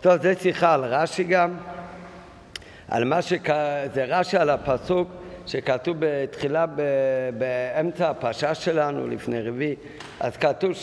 טוב, זה שיחה על רש"י גם, על מה זה רש"י על הפסוק שכתוב בתחילה באמצע הפרשה שלנו לפני רביעי. אז כתוב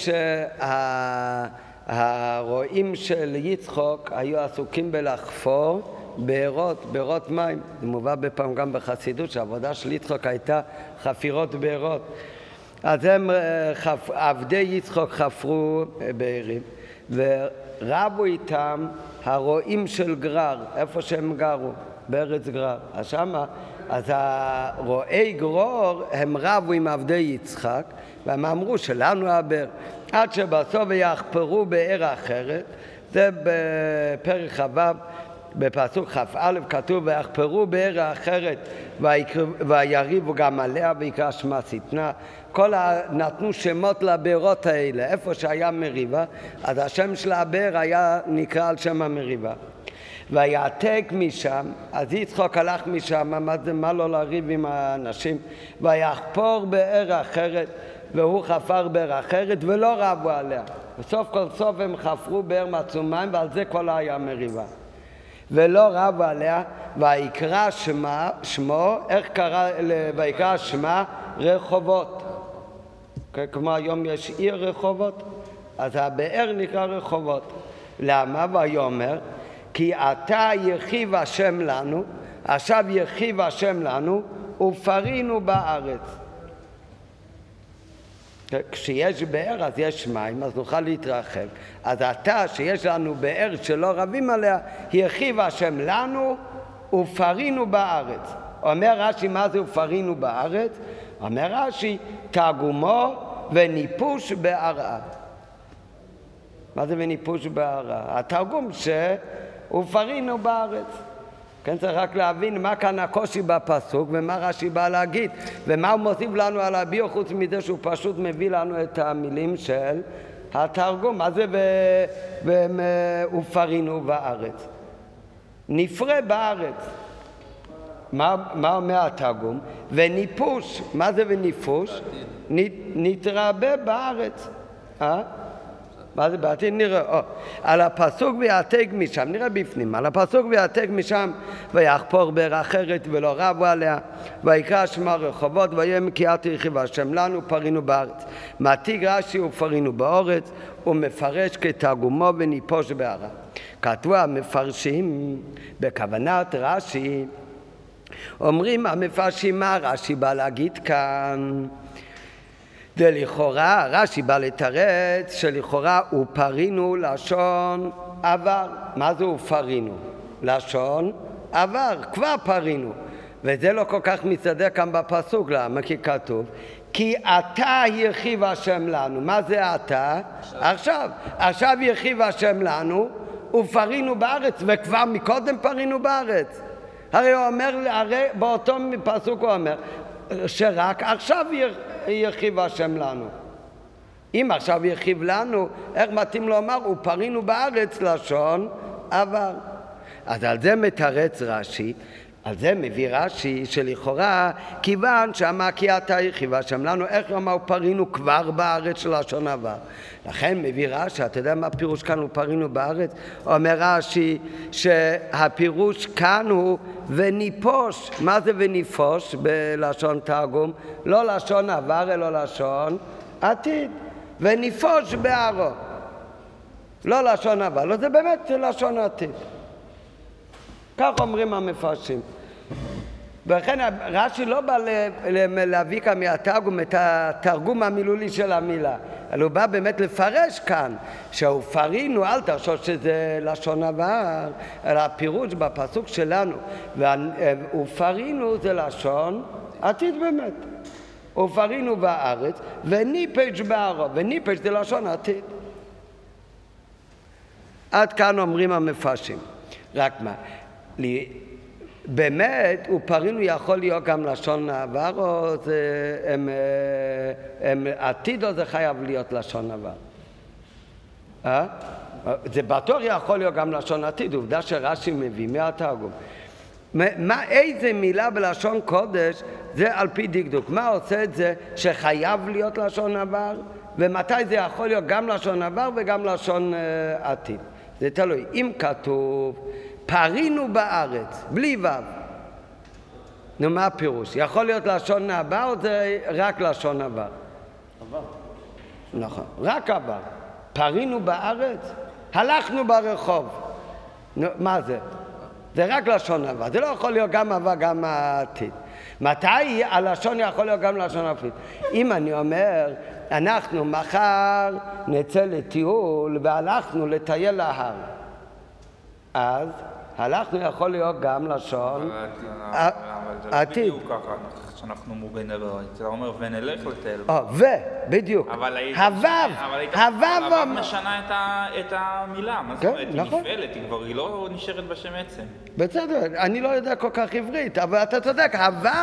שהרועים של יצחוק היו עסוקים בלחפור בארות מים. זה מובא בפעם גם בחסידות שהעבודה של יצחוק הייתה חפירות בארות. אז הם עבדי יצחוק חפרו בארים ורבו איתם הרועים של גרר, איפה שהם גרו, בארץ גרר. אז הרועי גרור הם רבו עם עבדי יצחק והם אמרו שלנו הבאר, עד שבסוף יחפרו באר אחרת. זה בפרק כ"ו בפסוק כ"א כתוב ויחפרו באר אחרת ויריבו גם עליה ויקרא שמה שטנה. נתנו שמות לבארות האלה, איפה שהיה מריבה, אז השם של הבאר היה נקרא על שם המריבה. ויעתק משם, אז יצחוק הלך משם, מה לא לריב עם האנשים, ויחפור באר אחרת, והוא חפר באר אחרת ולא רבו עליה. בסוף כל סוף הם חפרו באר מצאו מים ועל זה כל היה מריבה. ולא רבו עליה, ויקרא שמו, איך קרא, ויקרא שמה רחובות. כמו היום יש עיר רחובות, אז הבאר נקרא רחובות. למה? ויאמר כי אתה יחיב השם לנו, עכשיו יחיב השם לנו ופרינו בארץ. כשיש באר אז יש מים, אז נוכל להתרחב. אז אתה שיש לנו באר שלא רבים עליה, יחיב השם לנו ופרינו בארץ. אומר רש"י, מה זה ופרינו בארץ? אומר רש"י, תרגומו וניפוש בערה. מה זה וניפוש בערה? התרגום ופרינו בארץ. כן, צריך רק להבין מה כאן הקושי בפסוק ומה רש"י בא להגיד ומה הוא מוסיף לנו על הביור, חוץ מזה שהוא פשוט מביא לנו את המילים של התרגום. מה זה ופרינו בארץ? נפרה בארץ. מה אומר התרגום? וניפוש. מה זה וניפוש? נתרבה בארץ. מה זה בעתיד? נראה. על הפסוק ויעתק משם, נראה בפנים, על הפסוק ויעתק משם ויחפור באר אחרת ולא רבו עליה ויקרא שמה רחובות ויאמר כי אתה יחיב השם לנו פרינו בארץ. מעתיק רש"י ופרינו בארץ ומפרש כתרגומו וניפוש בערה. כתבו המפרשים בכוונת רש"י, אומרים המפרשים מה רש"י בא להגיד כאן. ולכאורה רש"י בא לתרץ שלכאורה ופרינו לשון עבר. מה זה ופרינו? לשון עבר, כבר פרינו. וזה לא כל כך מסתדר כאן בפסוק. למה? כי כתוב כי אתה יחיב השם לנו. מה זה אתה? עכשיו יחיב השם לנו ופרינו בארץ, וכבר מקודם פרינו בארץ. הרי הוא אומר, באותו פסוק הוא אומר שרק עכשיו יחיב השם לנו. אם עכשיו יחיב לנו, איך מתאים לומר ופרינו בארץ לשון עבר? אז על זה מתרץ רש"י, על זה מביא רש"י שלכאורה כיוון שאמר כי אתה יחיב השם לנו, איך אמר ופרינו כבר בארץ של לשון עבר? לכן מביא רש"י, אתה יודע מה הפירוש כאן ופרינו בארץ? אומר רש"י שהפירוש כאן הוא וניפוש. מה זה וניפוש בלשון תרגום? לא לשון עבר אלא לשון עתיד. וניפוש בערו. לא לשון עבר, לא, זה באמת לשון עתיד. כך אומרים המפרשים. ולכן רש"י לא בא להביא כאן מהתרגום את התרגום המילולי של המילה, אלא הוא בא באמת לפרש כאן שהופרינו, אל תחשוב שזה לשון עבר, אלא הפירוש בפסוק שלנו והופרינו זה לשון עתיד באמת. ופרינו בארץ וניפש בערו, וניפש זה לשון עתיד. עד כאן אומרים המפרשים. רק מה? באמת, ופרינו יכול להיות גם לשון עבר, או זה עתיד, או זה חייב להיות לשון עבר? זה בטוח יכול להיות גם לשון עתיד, עובדה שרש"י מביא מהתרגום. איזה מילה בלשון קודש זה על פי דקדוק? מה עושה את זה שחייב להיות לשון עבר? ומתי זה יכול להיות גם לשון עבר וגם לשון עתיד? זה תלוי. אם כתוב פרינו בארץ, בלי וו, נו, מה הפירוש? יכול להיות לשון הבא או זה רק לשון הבא? עבר. נכון, רק עבר. פרינו בארץ, הלכנו ברחוב. נו, מה זה? זה רק לשון עבר. זה לא יכול להיות גם עבר, גם העתיד. מתי הלשון יכול להיות גם לשון עתיד? אם אני אומר, אנחנו מחר נצא לטיול והלכנו לטייל להר. אז הלכנו יכול להיות גם לשון עתיד. אבל זה בדיוק ככה, שאנחנו בנבר, אתה אומר ונלך לטייל. בדיוק. אבל הוו משנה את המילה, מה זאת אומרת? היא נפעלת, היא לא נשארת בשם עצם. בסדר, אני לא יודע כל כך עברית, אבל אתה צודק,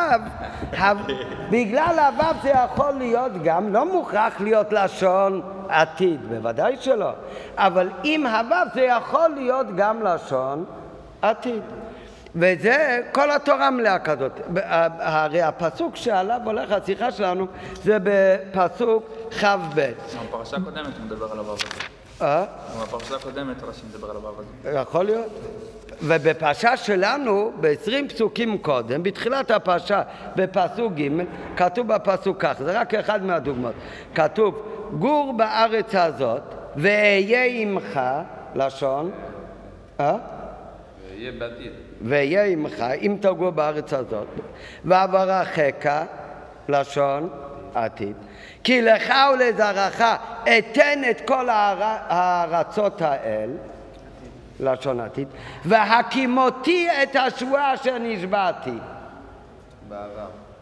בגלל הוו זה יכול להיות גם, לא מוכרח להיות לשון עתיד, בוודאי שלא, אבל עם הוו זה יכול להיות גם לשון עתיד. וזה כל התורה מלאה כזאת. הרי הפסוק שעליו הולך השיחה שלנו זה בפסוק כ"ב. בפרשה הקודמת הוא מדבר על הוו הזה. בפרשה הקודמת רש"י מדבר על הוו הזה. יכול להיות. ובפרשה שלנו, ב-20 פסוקים קודם, בתחילת הפרשה, בפסוק ג', כתוב בפסוק כך, זה רק אחד מהדוגמאות. כתוב, גור בארץ הזאת, ואהיה עמך, לשון, ויהיה בעתיד. ואהיה עמך, אם תגור בארץ הזאת, ואברכך, לשון עתיד. כי לך ולזרעך אתן את כל הארצות האל, לשון עתיד, והקימותי את השבועה אשר נשבעתי. בעבר.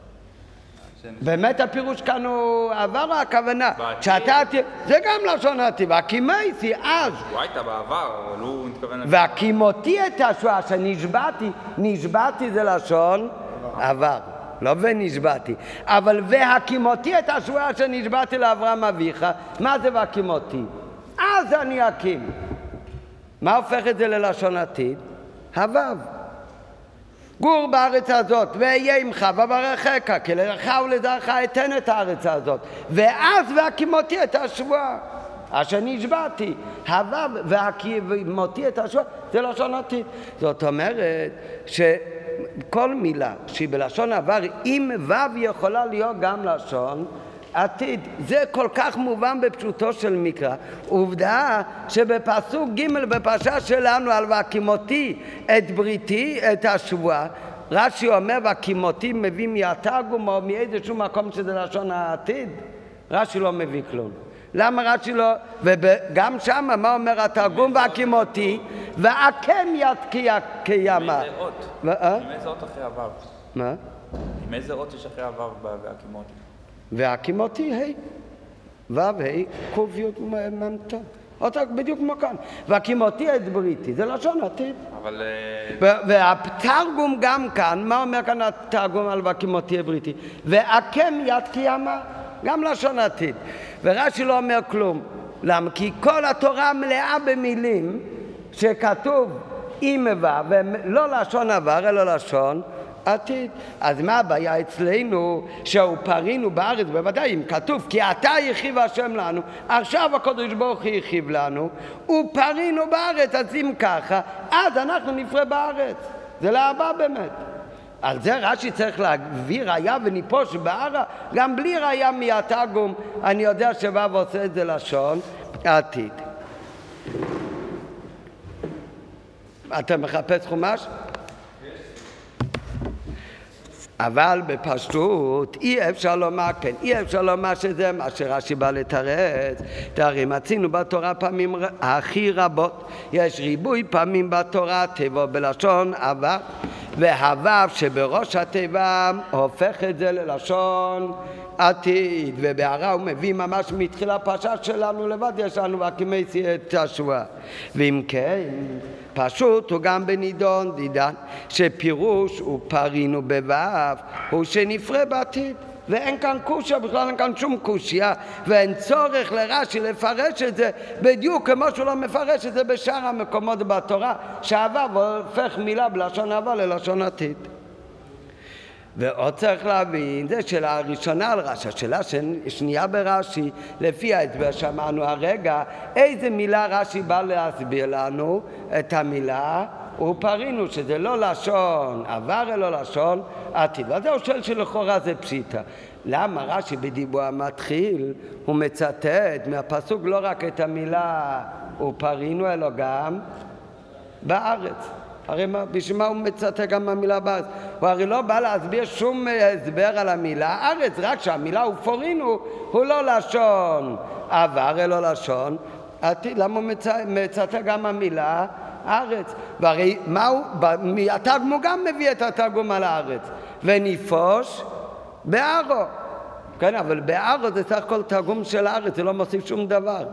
באמת הפירוש כאן הוא עבר הכוונה. זה גם לשון עתיד, והקימותי אז. השבועה הייתה בעבר, אבל הוא מתכוון... והקימותי את השבועה אשר נשבעתי, נשבעתי זה לשון עבר. לא ונשבעתי, אבל והקימותי את השבועה אשר נשבעתי לאברהם אביך, מה זה והקימותי? אז אני אקים. מה הופך את זה ללשון עתיד? הוו. גור בארץ הזאת, ואהיה עמך ואברכך, כי לך ולזרעך אתן את הארץ הזאת, ואז והקימותי את השבועה אשר נשבעתי. הוו והקימותי את השבועה זה לשון עתיד. זאת אומרת שכל מילה שהיא בלשון עבר, אם וו יכולה להיות גם לשון עתיד. זה כל כך מובן בפשוטו של מקרא. עובדה שבפסוק ג' בפרשה שלנו על והקימותי את בריתי, את השבועה, רש"י אומר והקימותי מביא מהתרגום או מאיזשהו מקום שזה לשון העתיד. רש"י לא מביא כלום. למה רש"י לא? וגם שם מה אומר התרגום והקימותי ועקם יד כימה. עם איזה אות אחרי הוו? מה? עם איזה אות יש אחרי הוו והקימותי? והקימותי וו קוף יוד ממתא. אותה בדיוק כמו כאן. והקימותי את בריתי, זה לשון עתיד. אבל... והתרגום גם כאן, מה אומר כאן התרגום על והקימותי את בריתי? ועקם יד כימה, גם לשון עתיד. ורש"י לא אומר כלום. למה? כי כל התורה מלאה במילים שכתוב עם וו, ולא לשון עבר, אלא לשון עתיד. אז מה הבעיה אצלנו שהוא פרינו בארץ? בוודאי אם כתוב כי אתה יחיב השם לנו, עכשיו הקדוש ברוך הוא יחיב לנו, ופרינו בארץ, אז אם ככה אז אנחנו נפרה בארץ. זה להבא באמת. על זה רש"י צריך להביא ראיה וניפוש בערה, גם בלי ראיה מהתרגום אני יודע שוו עושה את זה לשון עתיד. אתה מחפש חומש? אבל בפשטות אי אפשר לומר, כן, אי אפשר לומר שזה מה שרש"י בא לתרץ. תראי, מצינו בתורה פעמים הכי רבות, יש ריבוי פעמים בתורה תיבו בלשון עבר, והוו שבראש התיבה הופך את זה ללשון עתיד, ובהערה הוא מביא ממש מתחילה פרשה שלנו לבד יש לנו והקימותי את השבועה. ואם כן פשוט הוא גם בנידון דידן שפירוש הוא פרינו בוו הוא שנפרה בעתיד, ואין כאן קושיה, בכלל אין כאן שום קושיה, ואין צורך לרש"י לפרש את זה בדיוק כמו שהוא לא מפרש את זה בשאר המקומות בתורה שהוו הופך מילה בלשון עבר ללשון עתיד. ועוד צריך להבין, זה שאלה הראשונה על רש"י, השאלה שנייה ברש"י, לפי ההסבר שאמרנו הרגע, איזה מילה רש"י בא להסביר לנו? את המילה ופרינו, שזה לא לשון עבר אלא לשון עתיד. ואז הוא שואל שלכאורה זה פשיטה. למה רש"י בדיבור המתחיל הוא מצטט מהפסוק לא רק את המילה ופרינו אלא גם בארץ? הרי בשביל מה הוא מצטט גם מהמילה בארץ? הוא הרי לא בא להסביר שום הסבר על המילה ארץ, רק שהמילה ופורינו הוא לא לשון עבר אלא לשון עתיד. למה הוא מצטט גם המילה ארץ? והרי התרגום גם מביא את התרגום על הארץ, ונפוש בערו. כן, אבל בערו זה סך הכל תרגום של הארץ, זה לא מוסיף שום דבר.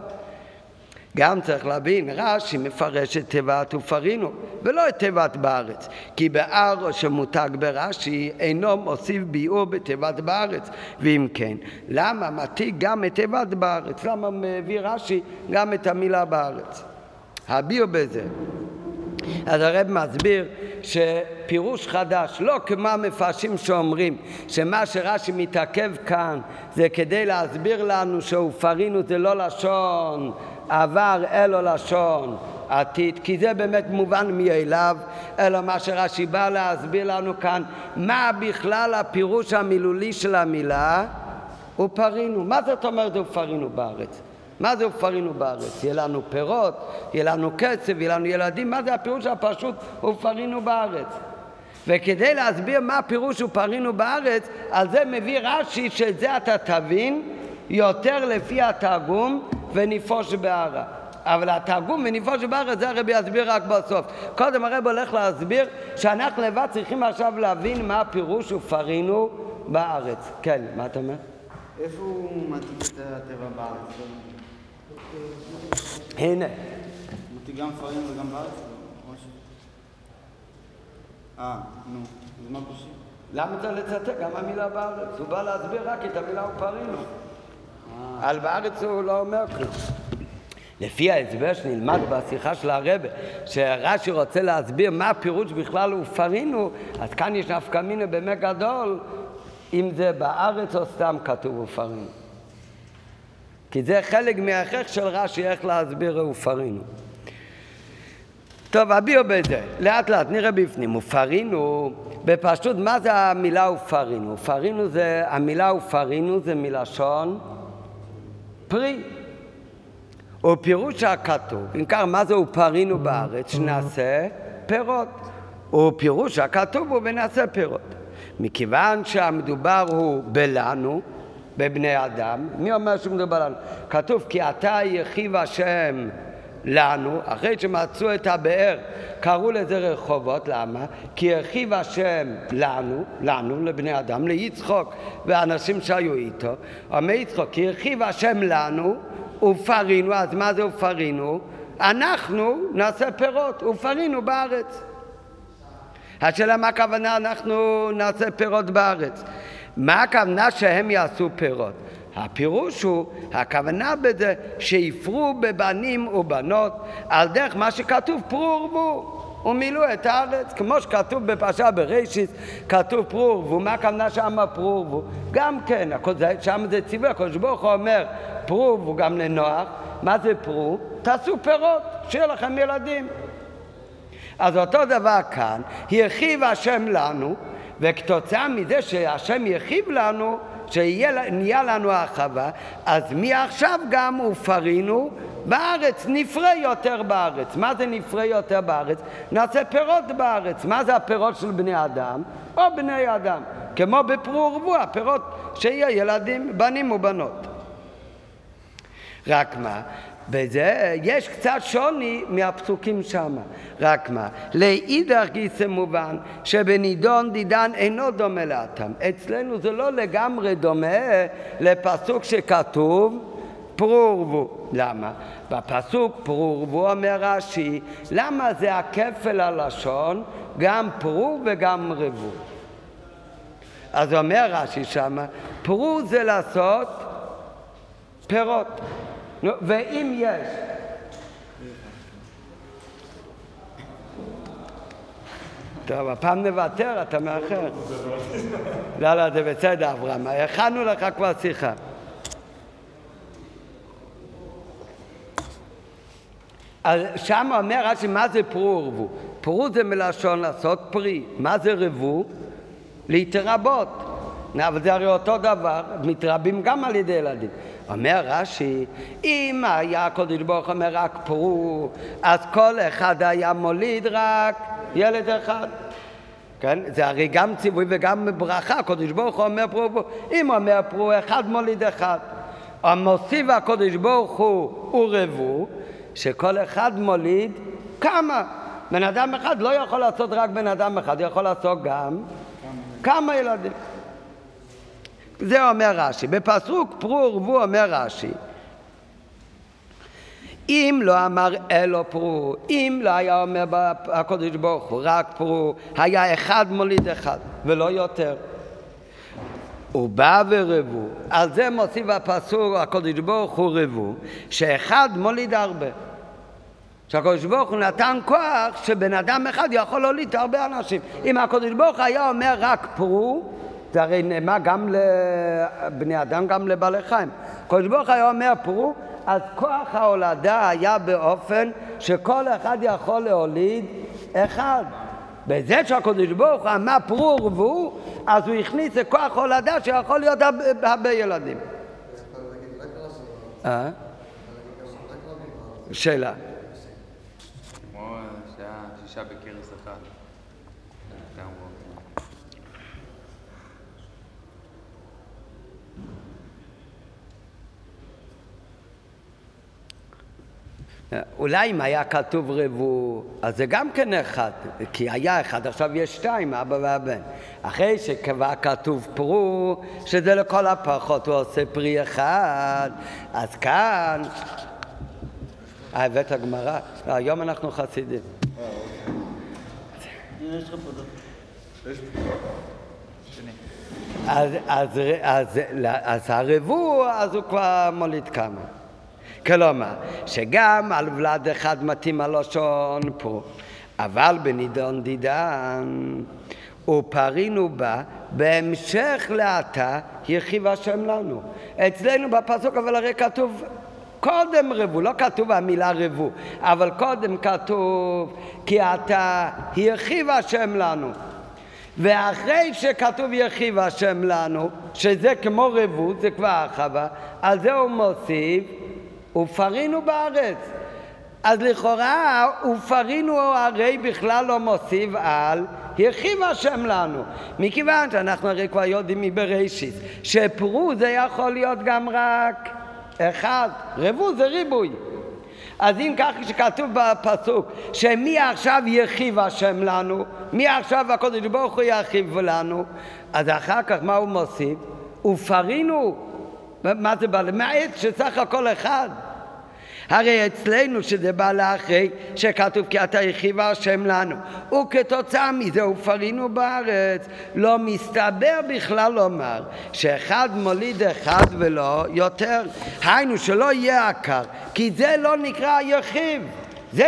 גם צריך להבין, רש"י מפרש את תיבת ופרינו ולא את תיבת בארץ, כי בערו שמותג ברש"י אינו מוסיף ביאור בתיבת בארץ. ואם כן, למה מתיק גם את תיבת בארץ? למה מביא רש"י גם את המילה בארץ? הביאו בזה. אז הרב מסביר שפירוש חדש, לא כמו המפרשים שאומרים שמה שרש"י מתעכב כאן זה כדי להסביר לנו שהופרינו זה לא לשון עבר אלא לשון עתיד, כי זה באמת מובן מאליו, אלא מה שרש"י בא להסביר לנו כאן, מה בכלל הפירוש המילולי של המילה ופרינו. מה זאת אומרת ופרינו בארץ? מה זה ופרינו בארץ? יהיה לנו פירות, יהיה לנו קצב, יהיה לנו ילדים. מה זה הפירוש הפשוט ופרינו בארץ? וכדי להסביר מה הפירוש ופרינו בארץ, על זה מביא רש"י שזה אתה תבין יותר לפי התרגום ונפוש בערה. אבל התרגום ונפוש בערה זה הרב יסביר רק בסוף. קודם הרב הולך להסביר שאנחנו לבד צריכים עכשיו להבין מה הפירוש ופרינו בארץ. כן, מה אתה אומר? איפה הוא מתיק את הטבע בארץ? הנה. מתיק גם פרינו וגם בארץ? נו, אז מה פשוט? למה אתה לצטט גם המילה בארץ? הוא בא להסביר רק את המילה ופרינו. על בארץ הוא לא אומר כלום. לפי ההסבר שנלמד בשיחה של הרב, שרש"י רוצה להסביר מה הפירוש בכלל ופרינו, אז כאן יש נפקא מינה באמת גדול, אם זה בארץ או סתם כתוב ופרינו. כי זה חלק מההכרח של רש"י איך להסביר ופרינו. טוב, הביאו בזה, לאט לאט נראה בפנים. ופרינו, בפשוט מה זה המילה ופרינו? ופרינו זה, המילה ופרינו זה מלשון פרי. ופירוש הכתוב, אם כך, מה זה ופרינו בארץ? שנעשה פירות. ופירוש הכתוב הוא ונעשה פירות. מכיוון שהמדובר הוא בלנו, בבני אדם, מי אומר שמדובר לנו? כתוב כי אתה יחיב השם לנו, אחרי שמצאו את הבאר, קראו לזה רחובות. למה? כי יחיב השם לנו, לבני אדם, ליצחוק והאנשים שהיו איתו. אומר יצחוק, כי יחיב השם לנו ופרינו. אז מה זה ופרינו? אנחנו נעשה פירות, ופרינו בארץ. השאלה מה הכוונה אנחנו נעשה פירות בארץ? מה הכוונה שהם יעשו פירות? הפירוש הוא, הכוונה בזה שיפרו בבנים ובנות על דרך מה שכתוב פרו ורבו ומילאו את הארץ, כמו שכתוב בפרשה בראשית, כתוב פרו ורבו. מה הכוונה שם פרו ורבו? גם כן, שם זה ציווי, הקדוש ברוך הוא אומר פרו ורבו גם לנוח. מה זה פרו? תעשו פירות, שיהיה לכם ילדים. אז אותו דבר כאן, יחיב השם לנו, וכתוצאה מזה שהשם יחיב לנו, שנהיה לנו הרחבה, אז מעכשיו גם ופרינו בארץ, נפרה יותר בארץ. מה זה נפרה יותר בארץ? נעשה פירות בארץ. מה זה הפירות של בני אדם? או בני אדם. כמו בפרו ורבו, הפירות שיהיה ילדים, בנים ובנות. רק מה? בזה יש קצת שוני מהפסוקים שם. רק מה? לאידך גיסא מובן שבנידון דידן אינו דומה לאתם. אצלנו זה לא לגמרי דומה לפסוק שכתוב פרו ורבו. למה? בפסוק פרו ורבו אומר רש"י, למה זה הכפל הלשון, גם פרו וגם רבו. אז אומר רש"י שם, פרו זה לעשות פירות. ואם יש טוב, הפעם נוותר, אתה מאחר. לא, זה בסדר, אברהם. הכנו לך כבר שיחה. אז שם אומר רש"י, מה זה פרו ורבו? פרו זה מלשון לעשות פרי. מה זה רבו? להתרבות. אבל זה הרי אותו דבר, מתרבים גם על ידי ילדים. אומר רש"י, אם היה הקדוש ברוך הוא אומר רק פרו, אז כל אחד היה מוליד רק ילד אחד. כן? זה הרי גם ציווי וגם ברכה, הקדוש ברוך הוא אומר פרו, אם הוא אומר פרו, אחד מוליד אחד. המוסיף הקדוש ברוך הוא רבו, שכל אחד מוליד כמה. בן אדם אחד לא יכול לעשות רק בן אדם אחד, הוא יכול לעשות גם כמה ילדים. זה אומר רש"י. בפסוק פרו ורבו אומר רש"י, אם לא אמר אלו פרו, אם לא היה אומר הקדוש ברוך הוא רק פרו, היה אחד מוליד אחד ולא יותר. הוא בא ורבו, על זה מוסיף הפסוק הקדוש ברוך הוא רבו, שאחד מוליד הרבה. שהקדוש ברוך הוא נתן כוח שבן אדם אחד יכול להוליד הרבה אנשים. אם הקדוש ברוך הוא היה אומר רק פרו, זה הרי נאמר גם לבני אדם, גם לבעלי חיים. הקדוש ברוך הוא היה אומר פרו, אז כוח ההולדה היה באופן שכל אחד יכול להוליד אחד. בזה שהקדוש ברוך הוא אמר פרו ורבו, אז הוא הכניס לכוח הולדה שיכול להיות הרבה ילדים. שאלה. כמו שהיה 6 בקרס אחד. אולי אם היה כתוב רבו, אז זה גם כן אחד, כי היה אחד, עכשיו יש 2, אבא והבן. אחרי שכבר כתוב פרו, שזה לכל הפחות, הוא עושה פרי אחד, אז כאן, הבאת הגמרא, היום אנחנו חסידים. יש לך פה אז הרבו, אז הוא כבר מוליד כמה. כלומר, שגם על ולד אחד מתאים הלשון פה, אבל בנידון דידן, ופרינו בה, בהמשך לעתה ירחיב השם לנו. אצלנו בפסוק אבל הרי כתוב קודם רבו, לא כתוב המילה רבו, אבל קודם כתוב כי עתה ירחיב השם לנו. ואחרי שכתוב ירחיב השם לנו, שזה כמו רבו, זה כבר הרחבה, על זה הוא מוסיף ופרינו בארץ. אז לכאורה ופרינו הרי בכלל לא מוסיף על ירחיב השם לנו, מכיוון שאנחנו הרי כבר יודעים מבראשית שפרו זה יכול להיות גם רק אחד, רבו זה ריבוי. אז אם כך שכתוב בפסוק שמי עכשיו ירחיב השם לנו, מי עכשיו הקדוש ברוך הוא ירחיב לנו, אז אחר כך מה הוא מוסיף? ופרינו, מה זה בא? למעט שסך הכל אחד. הרי אצלנו שזה בא לאחרי שכתוב כי אתה ירחיב השם לנו, וכתוצאה מזה ופרינו בארץ, לא מסתבר בכלל לומר שאחד מוליד אחד ולא יותר. היינו שלא יהיה עקר, כי זה לא נקרא ירחיב. זה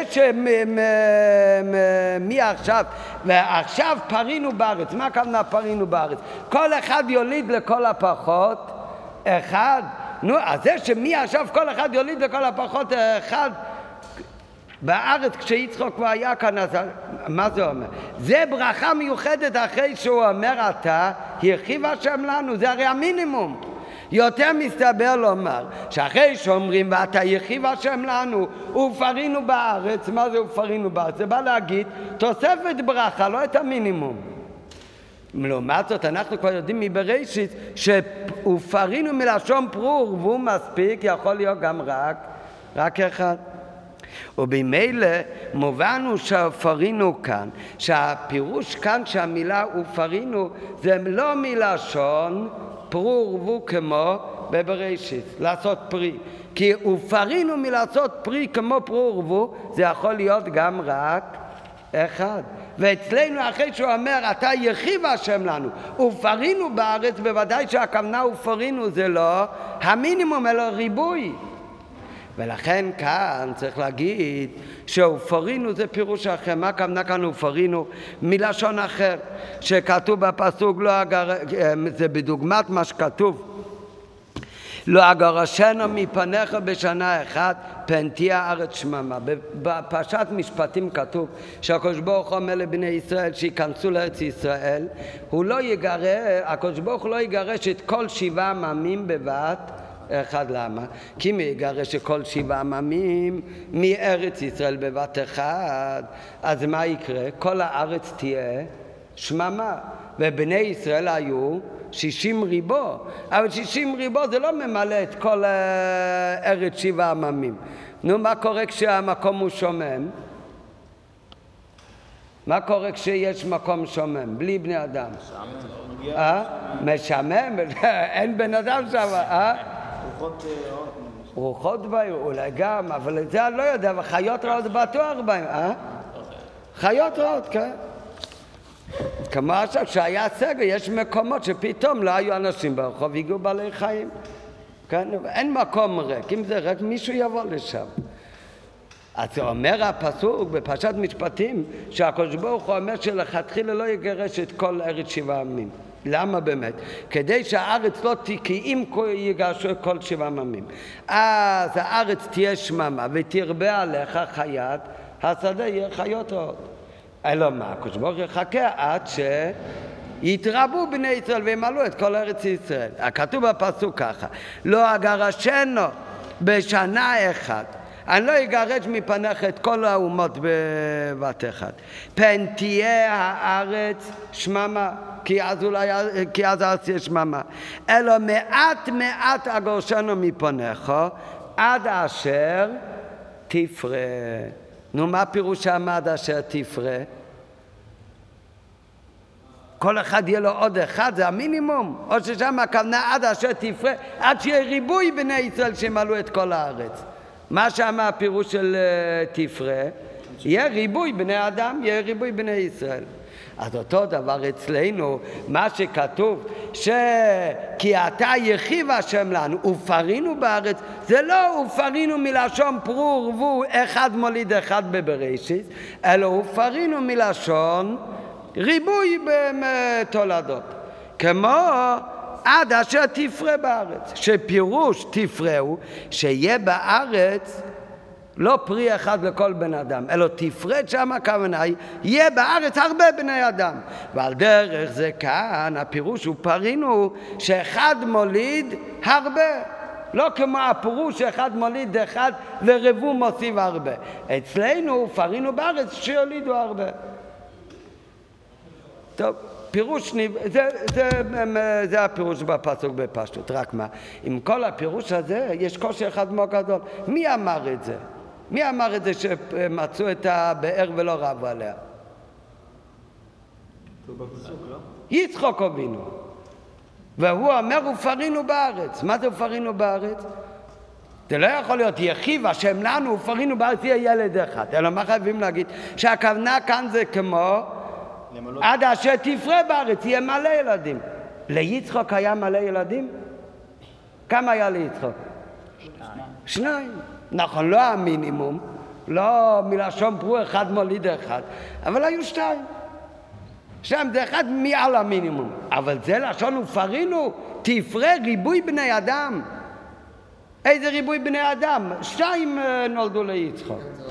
שמי עכשיו, ועכשיו פרינו בארץ, מה הכוונה פרינו בארץ? כל אחד יוליד לכל הפחות אחד. נו, אז זה שמי עכשיו כל אחד יוליד לכל הפחות אחד בארץ כשיצחוק כבר היה כאן, אז מה זה אומר? זה ברכה מיוחדת אחרי שהוא אומר אתה ירחיב השם לנו, זה הרי המינימום. יותר מסתבר לומר שאחרי שאומרים ואתה ירחיב השם לנו ופרינו בארץ, מה זה ופרינו בארץ? זה בא להגיד תוספת ברכה, לא את המינימום. לעומת זאת אנחנו כבר יודעים מבראשית שפרינו מלשון פרו ורבו מספיק, יכול להיות גם רק אחד. ובמילא מובנו שפרינו כאן, שהפירוש כאן שהמילה ופרינו זה לא מלשון פרו ורבו כמו בבראשית, לעשות פרי. כי ופרינו מלעשות פרי כמו פרו ורבו זה יכול להיות גם רק אחד. ואצלנו אחרי שהוא אומר אתה ירחיב השם לנו ופרינו בארץ, בוודאי שהכוונה ופרינו זה לא המינימום אלא ריבוי. ולכן כאן צריך להגיד שהופרינו זה פירוש אחר. מה הכוונה כאן הופרינו? מלשון אחר, שכתוב בפסוק לא זה בדוגמת מה שכתוב לא אגרשנו מפניך בשנה אחת פן תהיה הארץ שממה. בפרשת משפטים כתוב שהקדוש ברוך הוא אומר לבני ישראל שיכנסו לארץ ישראל, הקדוש ברוך הוא לא יגרש את כל 7 עממים בבת אחד. למה? כי אם יגרש כל 7 עממים מארץ ישראל בבת אחד, אז מה יקרה? כל הארץ תהיה שממה, ובני ישראל היו 60 ריבו, אבל 60 ריבו זה לא ממלא את כל ארץ 7 עממים. נו, מה קורה כשהמקום הוא שומם? מה קורה כשיש מקום שומם, בלי בני אדם? משמם? אין בן אדם שם, רוחות באו, אולי גם, אבל את זה אני לא יודע, וחיות רעות בטוח בהם, חיות רעות, כן. כמו עכשיו, כשהיה סגר, יש מקומות שפתאום לא היו אנשים ברחוב, הגיעו בעלי חיים. כן? אין מקום ריק, אם זה ריק, מישהו יבוא לשם. אז אומר הפסוק בפרשת משפטים, שהקדוש ברוך הוא אומר שלכתחילה לא יגרש את כל ארץ 7 עמים. למה באמת? כדי שהארץ לא כי אם יגרשו את כל 7 עמים. אז הארץ תהיה שממה ותרבה עליך חיית, השדה יהיה חיות רעות. אלא מה? הקדוש ברוך הוא יחכה עד שיתרבו בני ישראל וימלאו את כל ארץ ישראל. הכתוב בפסוק ככה, לא אגרשנו בשנה אחת, אני לא אגרש מפניך את כל האומות בבת אחת, פן תהיה הארץ שממה, כי אז הארץ תהיה שממה, אלא מעט מעט אגרשנו מפניך עד אשר תפרה. נו, מה פירוש עד אשר תפרה? כל אחד יהיה לו עוד אחד, זה המינימום? או ששם הכוונה עד אשר תפרה, עד שיהיה ריבוי בני ישראל שמלאו את כל הארץ. מה שם הפירוש של תפרה? יהיה ריבוי בני אדם, יהיה ריבוי בני ישראל. אז אותו דבר אצלנו, מה שכתוב, כי אתה יחיב השם לנו, ופרינו בארץ, זה לא ופרינו מלשון פרו ורבו, אחד מוליד אחד בבראשית, אלא ופרינו מלשון ריבוי בתולדות. כמו עד אשר תפרה בארץ, שפירוש תפרה הוא שיהיה בארץ לא פרי אחד לכל בן אדם, אלא תפרד שם הכוונה היא, יהיה בארץ הרבה בני אדם. ועל דרך זה כאן, הפירוש הוא פרינו שאחד מוליד הרבה. לא כמו הפירוש שאחד מוליד אחד ורבו מוסיף הרבה. אצלנו פרינו בארץ שיולידו הרבה. טוב, פירוש, זה הפירוש בפסוק בפשטות. רק מה, עם כל הפירוש הזה יש קושי אחד מאוד גדול. מי אמר את זה? מי אמר את זה שמצאו את הבאר ולא רבו עליה? יצחק אבינו. והוא אומר ופרינו בארץ. מה זה ופרינו בארץ? זה לא יכול להיות יחיב השם לנו ופרינו בארץ יהיה ילד אחד. אלא מה חייבים להגיד? שהכוונה כאן זה כמו עד אשר תפרה בארץ יהיה מלא ילדים. ליצחק היה מלא ילדים? כמה היה ליצחק? 2. נכון, לא המינימום, לא מלשון פרו אחד מוליד אחד, אבל היו 2. שם זה אחד מעל המינימום, אבל זה לשון ופרינו, תפרה ריבוי בני אדם. איזה ריבוי בני אדם? 2 נולדו ליצחק.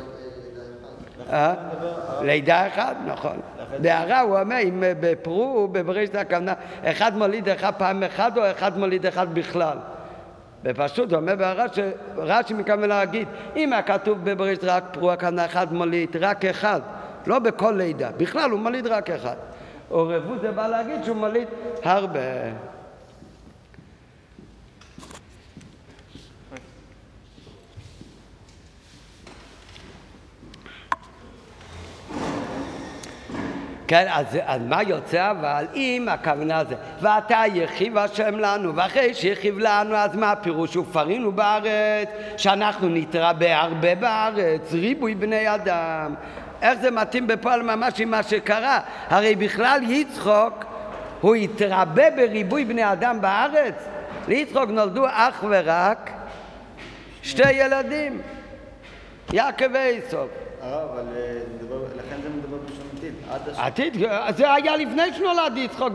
לידה אחד, נכון. בהערה הוא אומר, אם בפרו, בבראשית הכוונה, אחד מוליד אחד פעם אחד או אחד מוליד אחד בכלל. בפשוט הוא אומר בהערה שרש"י מכוון להגיד, אם הכתוב בבראשית רק פרו, הכוונה אחד מוליד רק אחד, לא בכל לידה, בכלל הוא מוליד רק אחד. או רבו זה בא להגיד שהוא מוליד הרבה. כן, אז מה יוצא? אבל אם הכוונה זה, ואתה יחיב השם לנו, ואחרי שיחיב לנו, אז מה הפירוש? ופרינו בארץ, שאנחנו נתרבה הרבה בארץ, ריבוי בני אדם. איך זה מתאים בפועל ממש עם מה שקרה? הרי בכלל יצחק, הוא התרבה בריבוי בני אדם בארץ. ליצחק נולדו אך ורק שתי ילדים, יעקב ועשו. אבל לכן זה מדבר בלשון עתיד. עתיד, זה היה לפני שנולד יצחק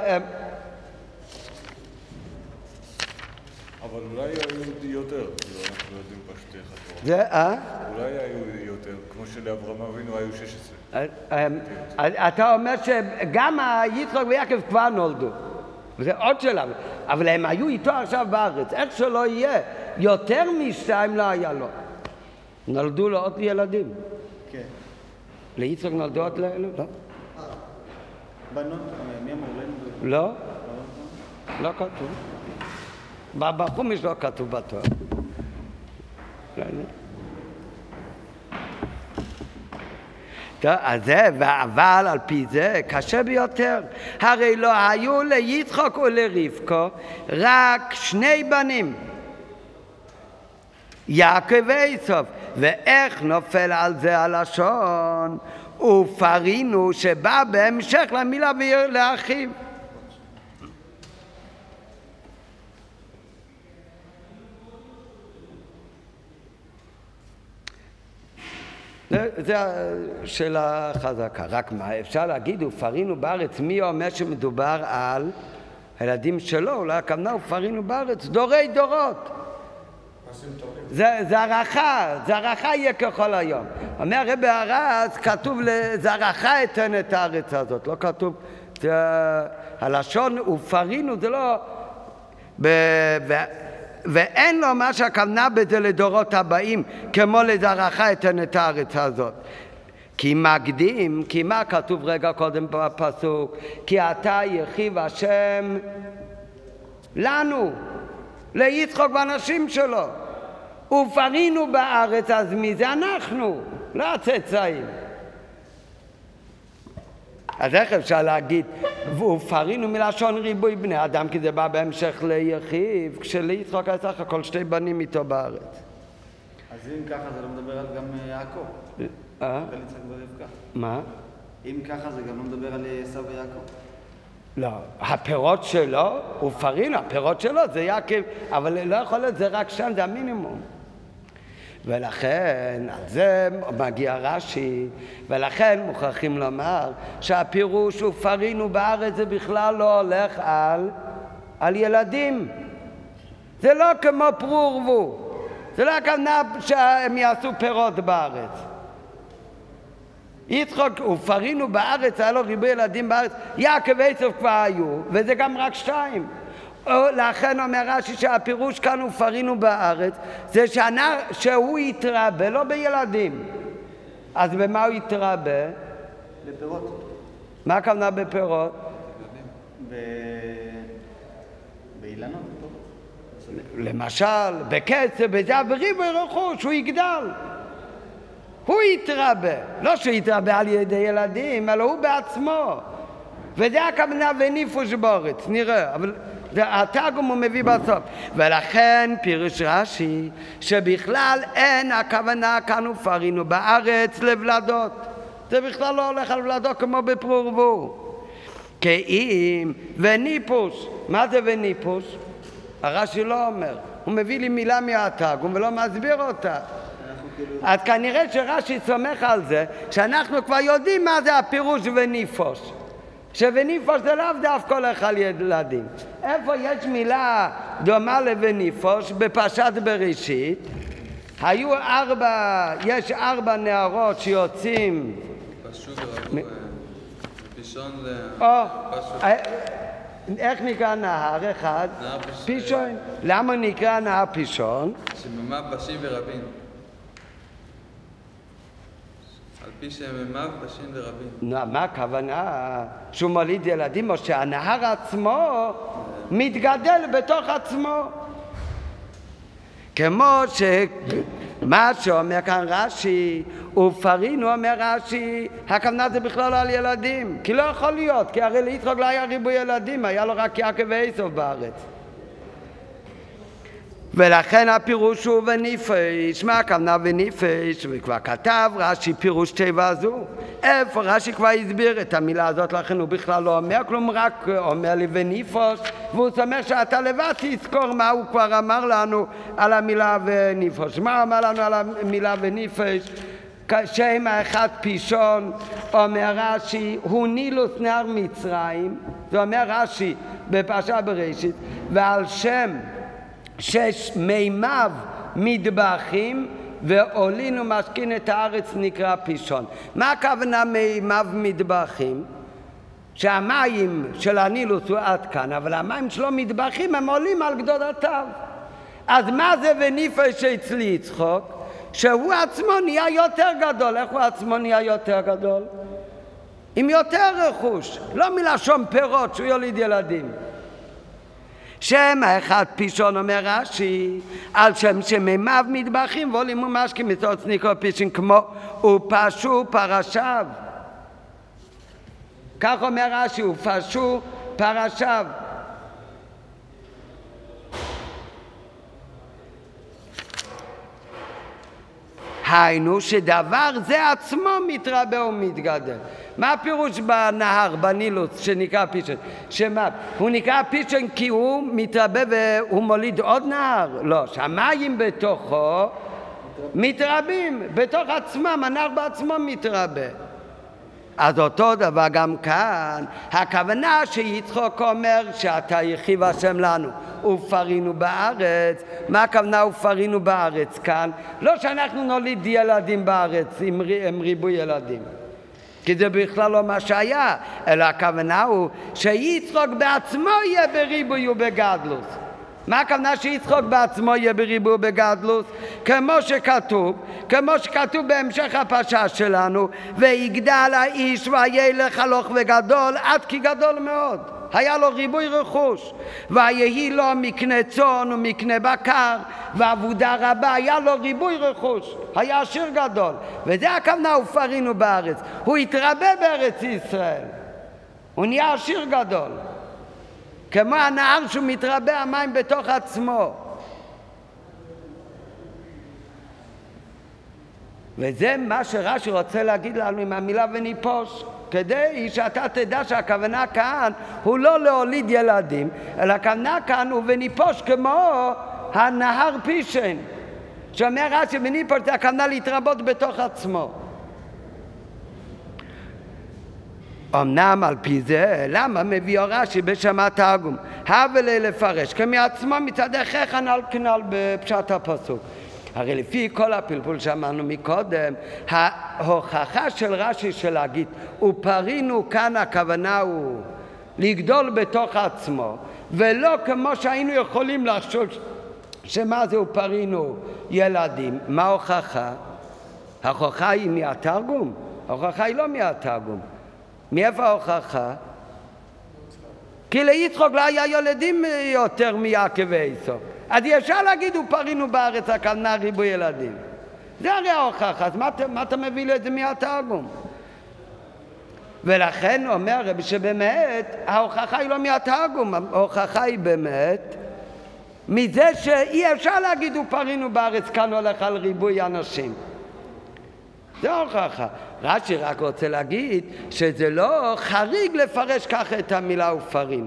אבל אולי היו יותר, אנחנו יודעים פשוט חתורה. זה, אולי היו יותר, כמו שלאברהם אבינו היו 16. אתה אומר שגם יצחק ויעקב כבר נולדו. וזה עוד שלב. אבל הם היו איתו עכשיו בארץ. איך שלא יהיה, יותר משתיים לא היה לו. נולדו לו עוד ילדים. כן. ליצחק נולדו עוד ילדים? לא. בנות, מי אמור? לא? לא כתוב. בחומש לא כתוב בתורה. טוב, אז זה, אבל על פי זה קשה ביותר. הרי לא היו ליצחק ולרבקה רק שני בנים, יעקב ועשו. ואיך נופל על זה הלשון? ופרינו שבא בהמשך למילה לאחיו. זה שאלה חזקה. רק מה, אפשר להגיד, ופרינו בארץ, מי אומר שמדובר על הילדים שלו? אולי הכוונה ופרינו בארץ, דורי דורות. זרעך יהיה ככל היום. אומר הרב הר"ש, כתוב לזרעך אתן את הארץ הזאת, לא כתוב, הלשון ופרינו זה לא, ואין לו מה שהכוונה בזה לדורות הבאים, כמו לזרעך אתן את הארץ הזאת. כי מקדים, כי מה כתוב רגע קודם בפסוק? כי אתה יחיו השם לנו, ליצחק ואנשים שלו. ופרינו בארץ, אז מי זה אנחנו? לא הצאצאים. אז איך אפשר להגיד, ופרינו מלשון ריבוי בני אדם, כי זה בא בהמשך ליחיו, כשליצחק היה סך הכל שתי בנים איתו בארץ. אז אם ככה זה לא מדבר על גם יעקב, על יצחק ורבקה. מה? אם ככה זה גם לא מדבר על עשו ויעקב. לא, הפירות שלו, ופרינו, הפירות שלו זה יעקב, אבל לא יכול להיות, זה רק שם, זה המינימום. ולכן, על זה מגיע רש"י, ולכן מוכרחים לומר שהפירוש ופרינו בארץ זה בכלל לא הולך על ילדים. זה לא כמו פרו ורבו. זה לא הכוונה שהם יעשו פירות בארץ. יצחק ופרינו בארץ, היה לו ריבוי ילדים בארץ, יעקב ועשו כבר היו, וזה גם רק שתיים. לכן אומר רש"י שהפירוש כאן ופרינו בארץ זה שהוא יתרבה, לא בילדים. אז במה הוא יתרבה? בפירות. מה הכוונה בפירות? באילנות. למשל, בקצב, בזהב, בריבוי רכוש, הוא יגדל. הוא יתרבה. לא שהוא יתרבה על ידי ילדים, אלא הוא בעצמו. וזה הכוונה וניפוש בארץ, נראה. אבל התרגום הוא מביא בסוף. ולכן פירוש רש"י שבכלל אין הכוונה כאן ופרינו בארץ לבלדות. זה בכלל לא הולך על ולדות כמו בפרו ורבו. כי אם וניפוש, מה זה וניפוש? הרש"י לא אומר. הוא מביא לי מילה מהתרגום ולא מסביר אותה. אז כנראה שרש"י סומך על זה שאנחנו כבר יודעים מה זה הפירוש וניפוש. שווניפוש זה לאו דווקא הולך על ילדים. איפה יש מילה דומה לווניפוש? בפרשת בראשית יש 4 נערות שיוצאים פשוט פישון איך נקרא נהר אחד? פישון. למה נקרא נהר פישון? שממה בשין ורבין. על פי שממה בשין ורבין. מה הכוונה? שהוא מוליד ילדים או שהנהר עצמו מתגדל בתוך עצמו? כמו מה שאומר כאן רש"י, ופרינו אומר רש"י, הכוונה זה בכלל לא על ילדים, כי לא יכול להיות, כי הרי ליצחק לא היה ריבוי ילדים, היה לו רק יעקב ועשו בארץ. ולכן הפירוש הוא ונפש. מה הכוונה ונפש? וכבר כתב רש"י פירוש תיבה זו. איפה רש"י כבר הסביר את המילה הזאת, לכן הוא בכלל לא אומר כלום, רק אומר לי ונפש, והוא אומר שאתה לבד תזכור מה הוא כבר אמר לנו על המילה ונפש. מה אמר לנו על המילה ונפש? שם האחד פישון, אומר רש"י, הוא נילוס נהר מצרים, זה אומר רש"י בפרשת בראשית, ועל שם 6 מימיו מטבחים ועולין ומשכין את הארץ נקרא פישון. מה הכוונה מימיו מטבחים? שהמים של הנילוס הוא עד כאן, אבל המים שלו מטבחים הם עולים על גדולותיו. אז מה זה ונפש אצלי יצחוק? שהוא עצמו נהיה יותר גדול. איך הוא עצמו נהיה יותר גדול? עם יותר רכוש, לא מלשון פירות שהוא יוליד ילדים. שם האחד פישון, אומר רש"י, על שם שמימיו מטבחים ועולים ומשקים מצוץ נקרא פישון, כמו ופשו פרשיו. כך אומר רש"י, ופשו פרשיו. היינו שדבר זה עצמו מתרבה ומתגדל. מה הפירוש בנהר, בנילוס, שנקרא פישון? שמה? הוא נקרא פישון כי הוא מתרבה והוא מוליד עוד נהר? לא, שהמים בתוכו מתרבים, בתוך עצמם, הנהר בעצמו מתרבה. אז אותו דבר גם כאן, הכוונה שיצחוק אומר שאתה יחיב השם לנו ופרינו בארץ. מה הכוונה ופרינו בארץ כאן? לא שאנחנו נוליד ילדים בארץ עם ריבוי ילדים, כי זה בכלל לא מה שהיה, אלא הכוונה הוא שיצחוק בעצמו יהיה בריבוי ובגדלות. מה הכוונה שיצחוק בעצמו יהיה בריבוי ובגדלות? כמו שכתוב בהמשך הפרשה שלנו, ויגדל האיש וילך הלוך וגדול עד כי גדול מאוד. היה לו ריבוי רכוש, ויהי לו מקנה צאן ומקנה בקר ועבודה רבה, היה לו ריבוי רכוש, היה עשיר גדול. וזה הכוונה ופרינו בארץ. הוא התרבה בארץ ישראל, הוא נהיה עשיר גדול, כמו הנהר שהוא מתרבה המים בתוך עצמו. וזה מה שרש"י רוצה להגיד לנו עם המילה וניפוש, כדי שאתה תדע שהכוונה כאן הוא לא להוליד ילדים, אלא הכוונה כאן הוא וניפוש כמו הנהר פישן, שאומר רש"י וניפוש זה הכוונה להתרבות בתוך עצמו. אמנם על פי זה, למה מביא רש"י בשם התרגום? הווה לפרש, כמעצמו מצד הכרחן על כנל בפשט הפסוק. הרי לפי כל הפלפול שאמרנו מקודם, ההוכחה של רש"י של להגיד ופרינו כאן הכוונה הוא לגדול בתוך עצמו, ולא כמו שהיינו יכולים לחשוב שמה זה ופרינו ילדים. מה ההוכחה? ההוכחה היא מהתרגום? ההוכחה היא לא מהתרגום. מאיפה ההוכחה? כי ליצחוק לא היה ילדים יותר מיעקב ועשו, אז אפשר להגיד ופרינו בארץ הכוונה ריבוי ילדים. זה הרי ההוכחה. אז מה אתה מביא לזה מהתרגום? ולכן אומר רבי שבאמת ההוכחה היא לא מהתרגום, ההוכחה היא באמת מזה שאי אפשר להגיד ופרינו בארץ, כאן הולך על ריבוי אנשים. זה ההוכחה. רש"י רק רוצה להגיד שזה לא חריג לפרש ככה את המילה ופרינו.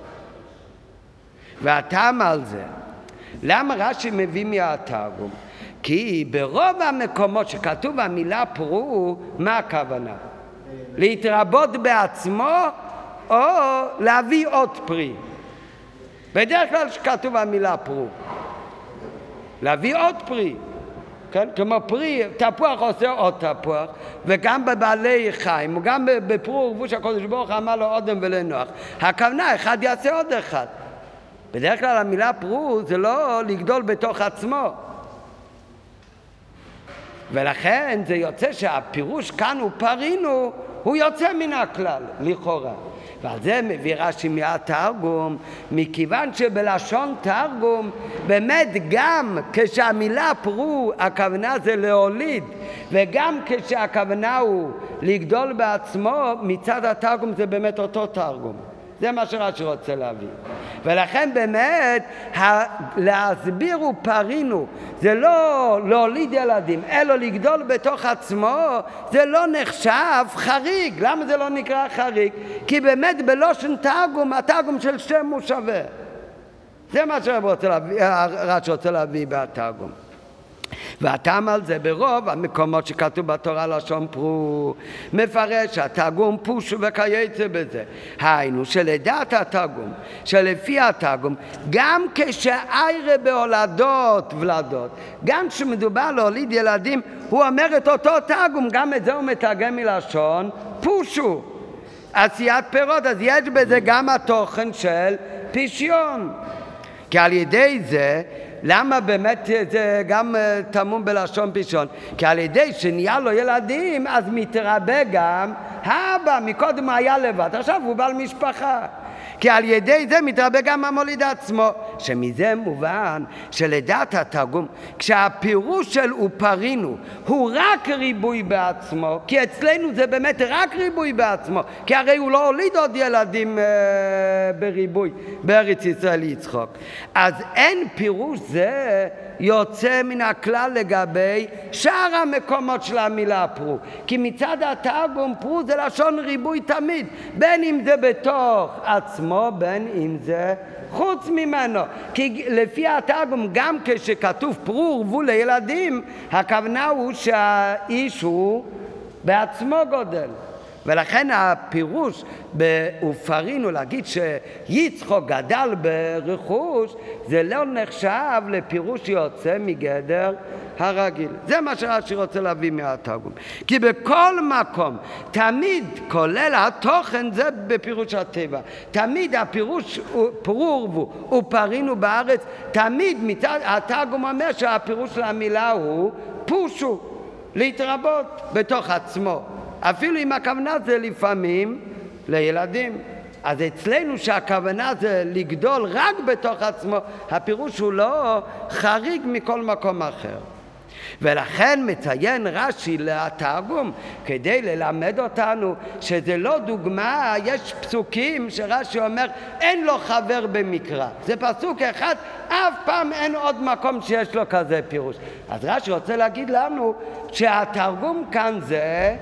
והטעם על זה, למה רש"י מביא מהתרגום? כי ברוב המקומות שכתוב המילה פרו, מה הכוונה? להתרבות בעצמו או להביא עוד פרי. בדרך כלל שכתוב המילה פרו, להביא עוד פרי. כן? כמו פרי, תפוח עושה עוד תפוח, וגם בבעלי חיים, וגם בפרו ורבו שהקדוש ברוך הוא אמר לו אודם ולנוח. הכוונה, אחד יעשה עוד אחד. בדרך כלל המילה פרו זה לא לגדול בתוך עצמו. ולכן זה יוצא שהפירוש כאן הוא פרינו, הוא יוצא מן הכלל, לכאורה. ועל זה מביא רש"י מהתרגום, מכיוון שבלשון תרגום, באמת גם כשהמילה פרו, הכוונה זה להוליד, וגם כשהכוונה הוא לגדול בעצמו, מצד התרגום זה באמת אותו תרגום. זה מה שרש"י רוצה להביא. ולכן באמת להסביר ופרינו זה לא להוליד ילדים, אלא לגדול בתוך עצמו, זה לא נחשב חריג. למה זה לא נקרא חריג? כי באמת בלושן תרגום, התרגום של שם הוא שווה. זה מה שרש"י רוצה להביא בתרגום. והטעם על זה ברוב המקומות שכתוב בתורה לשון פרו מפרש התרגום פושו וכייצא בזה. היינו שלדעת התרגום, שלפי התרגום, גם כשאיירה בהולדות ולדות, גם כשמדובר להוליד ילדים, הוא אומר את אותו תרגום, גם את זה הוא מתרגם מלשון פושו, עשיית פירות. אז יש בזה גם התוכן של פישיון, כי על ידי זה, למה באמת זה גם תמום בלשון פישיון? כי על ידי שנהיה לו ילדים, אז מתרבה גם האבא, מקודם היה לבד, עכשיו הוא בעל משפחה. כי על ידי זה מתרבה גם המוליד עצמו, שמזה מובן שלדעת התרגום, כשהפירוש של ופרינו הוא רק ריבוי בעצמו, כי אצלנו זה באמת רק ריבוי בעצמו, כי הרי הוא לא הוליד עוד ילדים בריבוי בארץ ישראל יצחוק. אז אין פירוש זה יוצא מן הכלל לגבי שאר המקומות של המילה פרו, כי מצד התרגום פרו זה לשון ריבוי תמיד, בין אם זה בתוך עצמו בין אם זה חוץ ממנו. כי לפי התרגום גם כשכתוב פרו ורבו לילדים, הכוונה הוא שהאיש הוא בעצמו גודל. ולכן הפירוש ופרינו להגיד שיצחוק גדל ברכוש, זה לא נחשב לפירוש שיוצא מגדר הרגיל. זה מה שרש"י רוצה להביא מהתרגום. כי בכל מקום, תמיד כולל התוכן, זה בפירוש הטבע. תמיד הפירוש פרו ורבו ופרינו בארץ, תמיד מצד התרגום אומר שהפירוש של המילה הוא פושו, להתרבות בתוך עצמו. אפילו אם הכוונה זה לפעמים לילדים. אז אצלנו שהכוונה זה לגדול רק בתוך עצמו, הפירוש הוא לא חריג מכל מקום אחר. ולכן מציין רש"י לתרגום כדי ללמד אותנו שזה לא דוגמה. יש פסוקים שרש"י אומר אין לו חבר במקרא, זה פסוק אחד, אף פעם אין עוד מקום שיש לו כזה פירוש. אז רש"י רוצה להגיד לנו שהתרגום כאן זה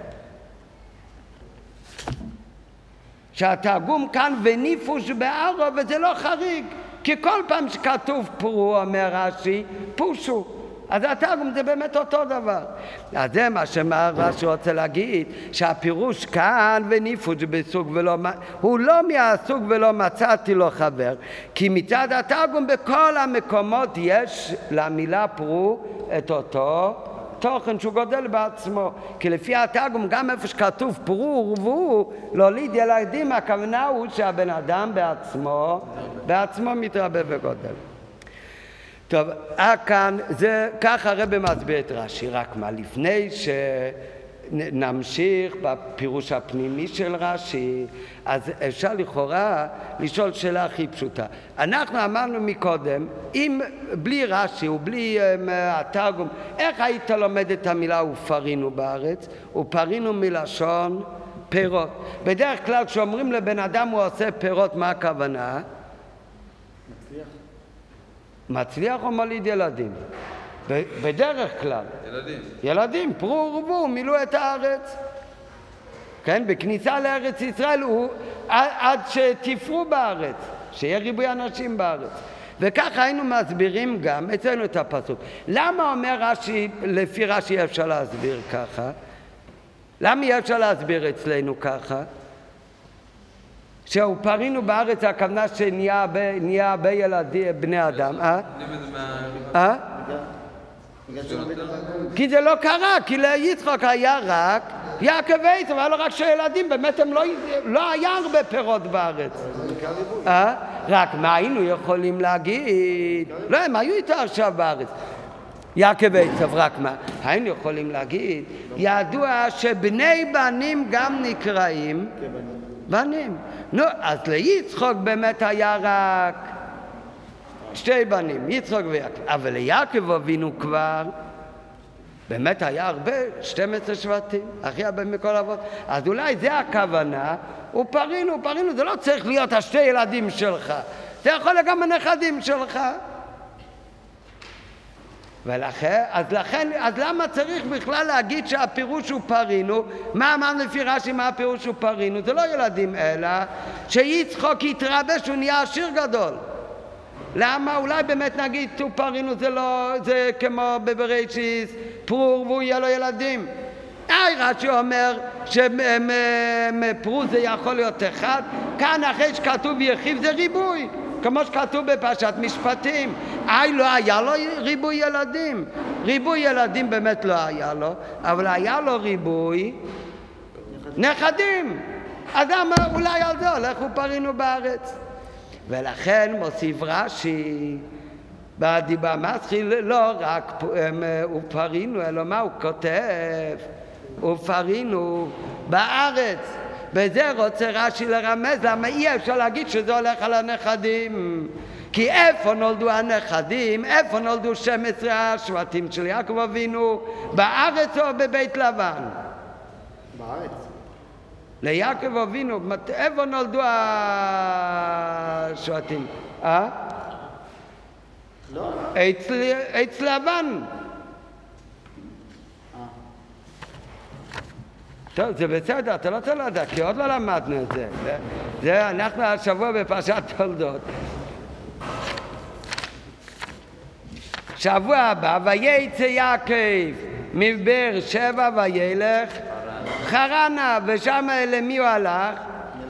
שהתרגום כאן וניפוש בערו, וזה לא חריג, כי כל פעם שכתוב פרו אומר רש"י פושו, אז התרגום זה באמת אותו דבר. אז זה מה שרש"י רוצה להגיד, שהפירוש כאן וניפוש בסוג ולא, הוא לא מהסוג ולא מצאתי לו חבר, כי מצד התרגום בכל המקומות יש למילה פרו את אותו תוכן שהוא גודל בעצמו. כי לפי התרגום גם איפה שכתוב פרו ורבו להוליד ילדים, הכוונה הוא שהבן אדם בעצמו מתרבה וגודל. טוב, כאן זה ככה הרב מסביר את רש"י. רק מה, לפני שנמשיך בפירוש הפנימי של רש"י, אז אפשר לכאורה לשאול שאלה הכי פשוטה. אנחנו אמרנו מקודם, אם בלי רש"י ובלי התרגום, איך היית לומד את המילה ופרינו בארץ? ופרינו מלשון פירות. בדרך כלל כשאומרים לבן אדם הוא עושה פירות, מה הכוונה? מצליח או מוליד ילדים? בדרך כלל. ילדים, פרו ורבו, מילאו את הארץ. כן, בכניסה לארץ ישראל הוא עד שתפרו בארץ, שיהיה ריבוי אנשים בארץ. וככה היינו מסבירים גם אצלנו את הפסוק. למה אומר רש"י, לפי רש"י אפשר להסביר ככה? למה אי אפשר להסביר אצלנו ככה? שהופרינו בארץ הכוונה שנהיה הרבה ילדים, בני אדם. כי זה לא קרה, כי ליצחק היה רק יעקב ועשו, היה לו רק שילדים, באמת הם לא היה הרבה פירות בארץ. רק מה היינו יכולים להגיד? לא, הם היו איתו עכשיו בארץ. יעקב ועשו, רק מה? היינו יכולים להגיד, ידוע שבני בנים גם נקראים בנים. נו, אז ליצחק באמת היה רק שתי בנים, יצחק ויעקב. אבל ליעקב אבינו כבר באמת היה הרבה, 12 שבטים, הכי הרבה מכל אבות. אז אולי זה הכוונה, ופרינו, זה לא צריך להיות השתי ילדים שלך, זה יכול להיות גם הנכדים שלך. ולכן, אז למה צריך בכלל להגיד שהפירוש הוא פרינו? מה אמרנו לפי רש"י מה הפירוש הוא פרינו? זה לא ילדים אלא שיצחוק יתרבה שהוא נהיה עשיר גדול. למה? אולי באמת נגיד פרינו זה כמו בבראשית פרור והוא יהיה לו ילדים. רש"י אומר שפרור זה יכול להיות אחד, כאן אחרי שכתוב יחיב זה ריבוי. כמו שכתוב בפרשת משפטים, לא היה לו ריבוי ילדים. ריבוי ילדים באמת לא היה לו, אבל היה לו ריבוי נכדים. אז אולי על זה הולך ופרינו בארץ. ולכן מוסיף רש"י בדיבה מתחיל לא רק ופרינו, אלא מה הוא כותב? ופרינו בארץ. וזה רוצה רש"י לרמז, למה אי אפשר להגיד שזה הולך על הנכדים? כי איפה נולדו הנכדים? איפה נולדו 12 השבטים של יעקב אבינו? בארץ או בבית לבן? בארץ. ליעקב אבינו, איפה נולדו השבטים? לא. אצל לבן. טוב, זה בסדר, אתה לא צריך לדעת, כי עוד לא למדנו את זה. אנחנו השבוע בפרשת תולדות. שבוע הבא, וייצא יעקב מבאר שבע וילך חרנה, ושם למי הוא הלך?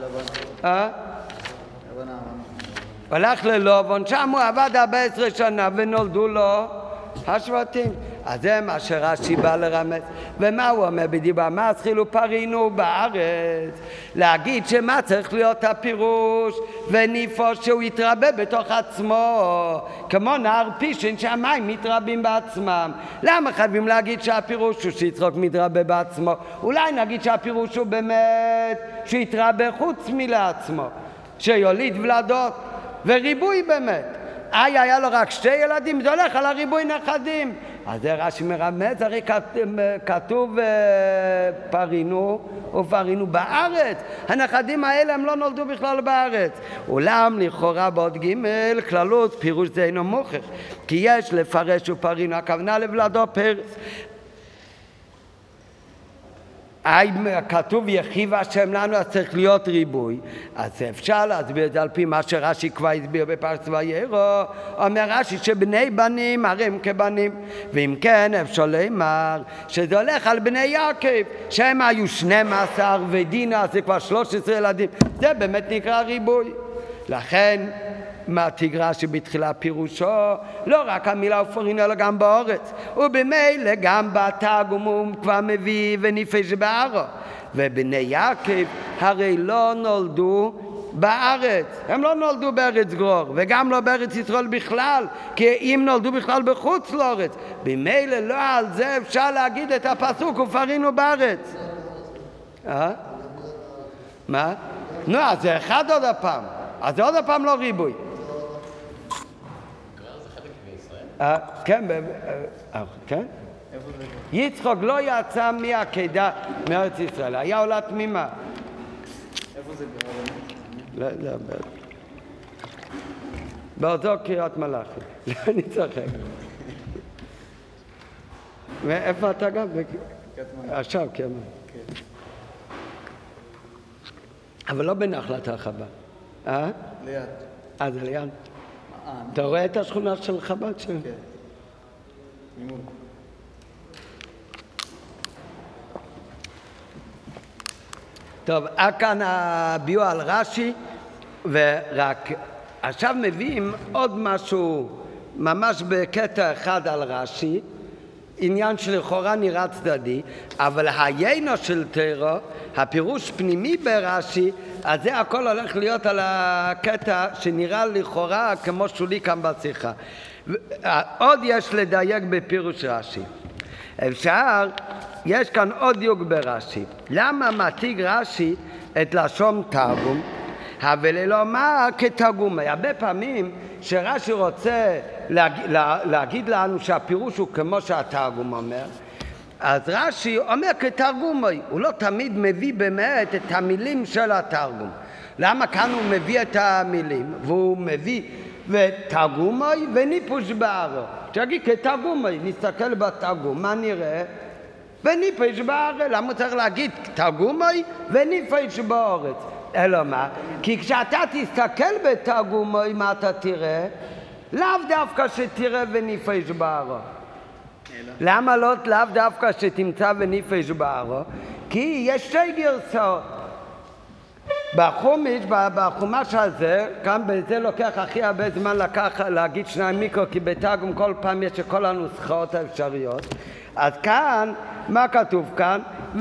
הלך ללובן, שם הוא עבד 14 שנה ונולדו לו השבטים. אז זה מה שרש"י בא לרמז. ומה הוא אומר בדיבה? מה התחילו פרינו בארץ? להגיד שמה צריך להיות הפירוש וניפוש שהוא יתרבה בתוך עצמו כמו נהר פישין שהמים מתרבים בעצמם. למה חייבים להגיד שהפירוש הוא שיצחוק מתרבה בעצמו? אולי נגיד שהפירוש הוא באמת שיתרבה חוץ מלעצמו, שיוליד ולדות וריבוי באמת. היה לו רק 2 ילדים, זה הולך על הריבוי נכדים. אז זה רש"י מרמז, הרי כתוב פרינו ופרינו בארץ. הנכדים האלה הם לא נולדו בכלל בארץ. אולם לכאורה בעוד ג' כללות פירוש זה אינו מוכח, כי יש לפרש ופרינו, הכוונה לבלדו פרס. כתוב יחיב השם לנו, אז צריך להיות ריבוי. אז אפשר להסביר את זה על פי מה שרש"י כבר הסביר בפרשת וירא. אומר רש"י שבני בנים הרי הם כבנים, ואם כן אפשר לומר שזה הולך על בני יעקב שהם היו 12 ודינה זה כבר 13 ילדים. זה באמת נקרא ריבוי. לכן מעתיק רש"י בתחילה פירושו לא רק המילה ופרינו אלא גם באורץ, ובמילא גם בתרגום הוא כבר מביא וניפש בערו. ובני יעקב הרי לא נולדו בארץ, הם לא נולדו בארץ גרור וגם לא בארץ ישראל בכלל, כי אם נולדו בכלל בחוץ לארץ, במילא לא על זה אפשר להגיד את הפסוק ופרינו בארץ. מה? נו, אז זה אחד עוד הפעם, אז זה עוד הפעם לא ריבוי. כן, כן. יצחוק לא יצא מהעקדה מארץ ישראל, היה עולה תמימה. איפה זה גרר? לא יודע, באותו קריית מלאכי. אני צוחק. ואיפה אתה גם? עכשיו, כן. אבל לא בנחלת החב"ד. ליד. זה ליד. אתה רואה את השכונה של חב"ד שם? כן. ממול. טוב, כאן הביאו על רש"י, ורק עכשיו מביאים עוד משהו ממש בקטע אחד על רש"י, עניין שלכאורה נראה צדדי, אבל היינו של תורה, הפירוש פנימי ברש"י, אז זה הכל הולך להיות על הקטע שנראה לכאורה כמו שולי כאן בשיחה. עוד יש לדייק בפירוש רש"י. יש כאן עוד דיוק ברש"י. למה מעתיק רש"י את לשון תרגום? אבל לומר כתרגום. הרבה פעמים שרש"י רוצה להגיד לנו שהפירוש הוא כמו שהתרגום אומר, אז רש"י אומר כתרגומי, הוא לא תמיד מביא באמת את המילים של התרגום. למה כאן הוא מביא את המילים? והוא מביא ותרגומי וניפוש בארץ. תגיד כתרגומי, נסתכל בתרגום, מה נראה? וניפש בארץ. למה צריך להגיד תרגומי וניפש בארץ? אלא מה? כי כשאתה תסתכל בתרגומי, מה אתה תראה? לאו דווקא שתראה וניפש בארץ. למה לאו דווקא שתמצא וניפש בארץ? כי יש שתי גרסאות. בחומש הזה, כאן בזה לוקח הכי הרבה זמן להגיד 2 מיקרו, כי בתרגום כל פעם יש כל הנוסחאות האפשריות. אז כאן, מה כתוב כאן?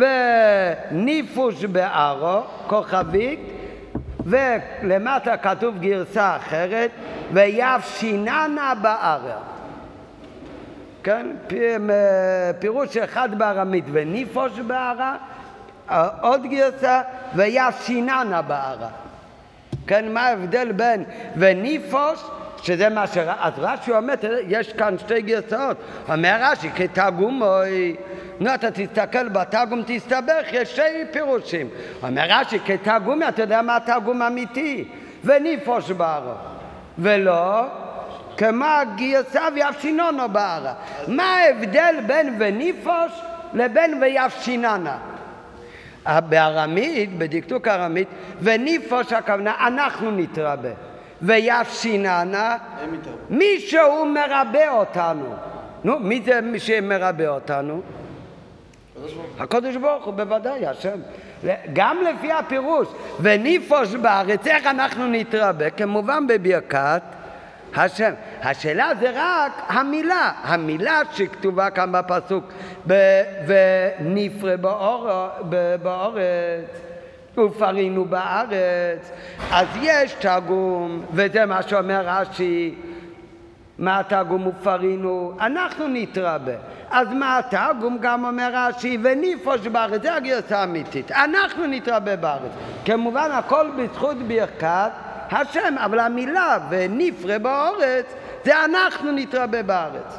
וניפוש בארץ, כוכבית, ולמטה כתוב גרסה אחרת, ויפשיננה בארץ. כן? פירוש אחד בארמית, וניפוש בארץ, עוד גרסה, ויפשיננה בארץ. כן, מה ההבדל בין וניפוש, שזה מה אז רש"י אומר, יש כאן 2 גרסאות. אומר רש"י, כתרגומי, אתה תסתכל בתרגום, תסתבך, יש 2 פירושים. אומר רש"י, כתרגומי, אתה יודע מה התרגום אמיתי? וניפוש בארץ. ולא, כמה גרסה ויפשיננה בארץ. מה ההבדל בין וניפוש לבין ויפשיננה? בארמית, בדקדוק ארמית, וניפוש הכוונה, אנחנו נתרבה. ויפשיננה, מישהו מרבה אותנו. נו, מי זה מי שמרבה אותנו? הקדוש ברוך הוא, בוודאי, השם. גם לפי הפירוש, וניפוש בארץ, איך אנחנו נתרבה? כמובן בברכת השם. השאלה זה רק המילה שכתובה כאן בפסוק, ונפרה בארץ, ופרינו בארץ. אז יש תרגום, וזה מה שאומר רש"י, מה התרגום ופרינו? אנחנו נתרבה. אז מה התרגום גם אומר רש"י, וניפוש בארץ, זה הגרסה האמיתית, אנחנו נתרבה בארץ. כמובן הכל בזכות ברכת השם, אבל המילה ונפרה בארץ זה אנחנו נתרבה בארץ.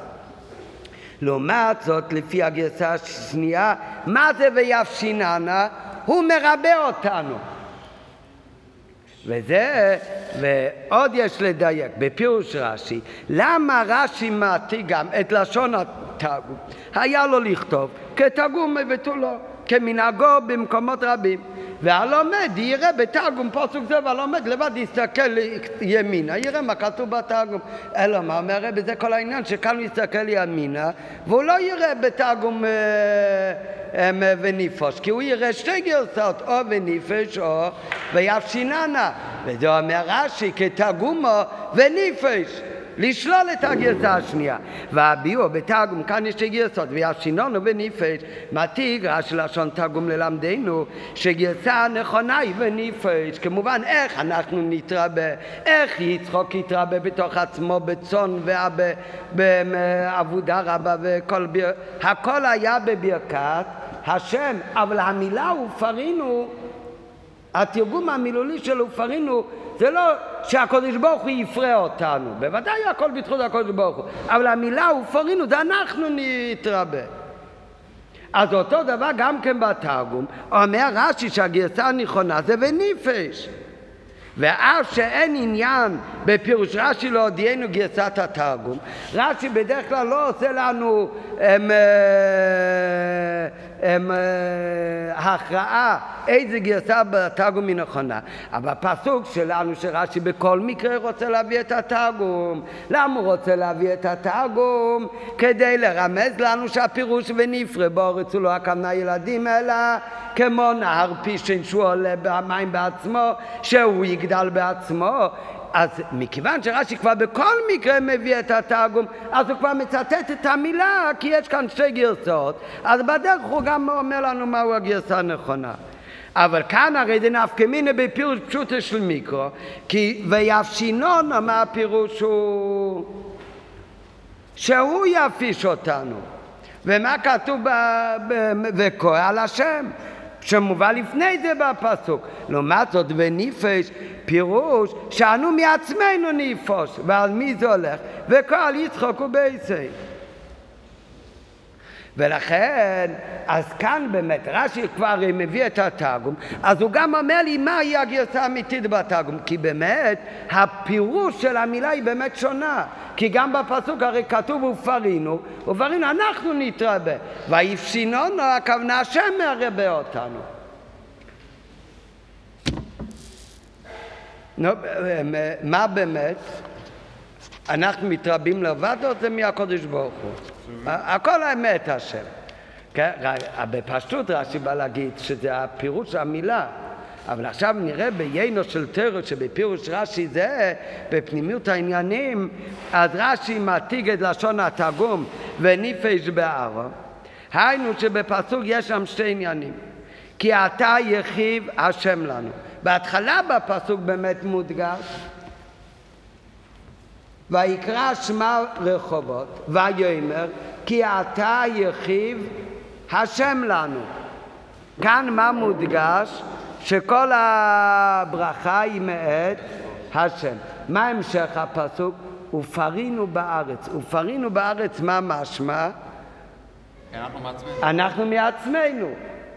לעומת זאת, לפי הגרסה השנייה, מה זה ויפשיננה? הוא מרבה אותנו. וזה, ועוד יש לדייק בפירוש רש"י, למה רש"י מעתיק גם את לשון התרגום? היה לו לכתוב כתרגום ותו כמנהגו במקומות רבים, והלומד יראה בתרגום פסוק זה, והלומד לבד יסתכל ימינה, יראה מה כתוב בתרגום. אלא מה אומר רבי, זה כל העניין שכאן הוא יסתכל ימינה, והוא לא יראה בתרגום וניפוש, כי הוא יראה 2 גרסאות, או וניפש או ויפשיננה, וזה אומר רש"י כתרגומו וניפש, לשלול את הגרסה השנייה. והביאו בתרגום, כאן יש 2 גרסות, ויפשיננו וניפש, מעתיק רש"י לשון תרגום ללמדנו שגרסה נכונה היא וניפש. כמובן איך אנחנו נתרבה, איך יצחוק יתרבה בתוך עצמו בצאן ובעבודה רבה, הכל היה בברכת השם. אבל המילה ופרינו, התרגום המילולי של ופרינו, זה לא שהקדוש ברוך הוא יפרה אותנו, בוודאי הכל בזכות הקדוש ברוך הוא, אבל המילה ופרינו זה אנחנו נתרבה. אז אותו דבר גם כן בתרגום, אומר רש"י שהגרסה הנכונה זה וניפש, ואף שאין עניין בפירוש רש"י להודיענו גרסת התרגום, רש"י בדרך כלל לא עושה לנו הכרעה איזה גרסה בתרגום היא נכונה. אבל בפסוק שלנו שרש"י בכל מקרה רוצה להביא את התרגום. למה הוא רוצה להביא את התרגום? כדי לרמז לנו שהפירוש ונפרה בארץ הוא לא הכוונה ילדים, אלא כמו נהר פישן שהוא עולה במים בעצמו, שהוא יגדל בעצמו. אז מכיוון שרש"י כבר בכל מקרה מביא את התרגום, אז הוא כבר מצטט את המילה, כי יש כאן 2 גרסאות, אז בדרך הוא גם אומר לנו מהו הגרסה הנכונה. אבל כאן הרי זה נפקא מינה בפירוש פשוטו של מיקרו, כי ויפשיננה, מה הפירוש הוא? שהוא יפיש אותנו. ומה כתוב וקורא על השם? שמובא לפני זה בפסוק. לעומת זאת וניפש, פירוש שאנו מעצמנו ניפוש. ועל מי זה הולך? וכל יצחק ובייסי. ולכן, אז כאן באמת, רש"י כבר מביא את התרגום, אז הוא גם אומר לי מהי הגרסה האמיתית בתרגום, כי באמת הפירוש של המילה היא באמת שונה, כי גם בפסוק הרי כתוב ופרינו, אנחנו נתרבה, ויפשינונו, הכוונה השם מרבה אותנו. מה באמת? אנחנו מתרבים לבד או זה מהקודש ברוך הוא? הכל האמת השם. בפשטות רש"י בא להגיד שזה הפירוש המילה, אבל עכשיו נראה בעיינו של תורה שבפירוש רש"י זה, בפנימיות העניינים, אז רש"י מעתיק את לשון התרגום ונפש בערו. היינו שבפסוק יש שם שתי עניינים. כי אתה יחיב השם לנו. בהתחלה בפסוק באמת מודגש, ויקרא שמה רחובות, ויאמר, כי אתה יחיב השם לנו. כאן מה מודגש? שכל הברכה היא מאת השם. מה המשך הפסוק? ופרינו בארץ. ופרינו בארץ מה משמע? אנחנו מעצמנו.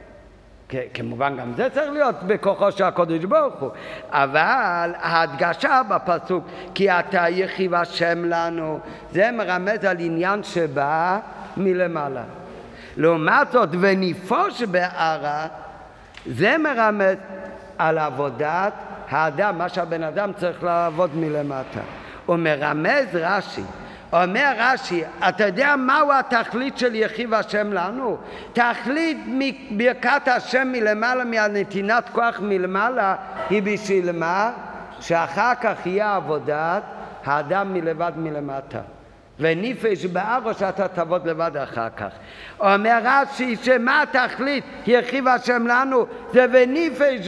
כמובן גם זה צריך להיות בכוחו של הקודש ברוך הוא, אבל ההדגשה בפסוק כי אתה יחיב השם לנו זה מרמז על עניין שבא מלמעלה. לעומת זאת ונפוש בערה זה מרמז על עבודת האדם, מה שהבן אדם צריך לעבוד מלמטה. הוא מרמז רש"י, אומר רש"י, אתה יודע מהו התכלית של יחיב השם לנו? תכלית ברכת השם מלמעלה, מהנתינת כוח מלמעלה, היא בשביל מה? שאחר כך יהיה עבודת האדם מלבד מלמטה. ונפש בערו שאתה תעבוד לבד אחר כך. אומר רש"י שמה התכלית יחיב השם לנו? זה ונפש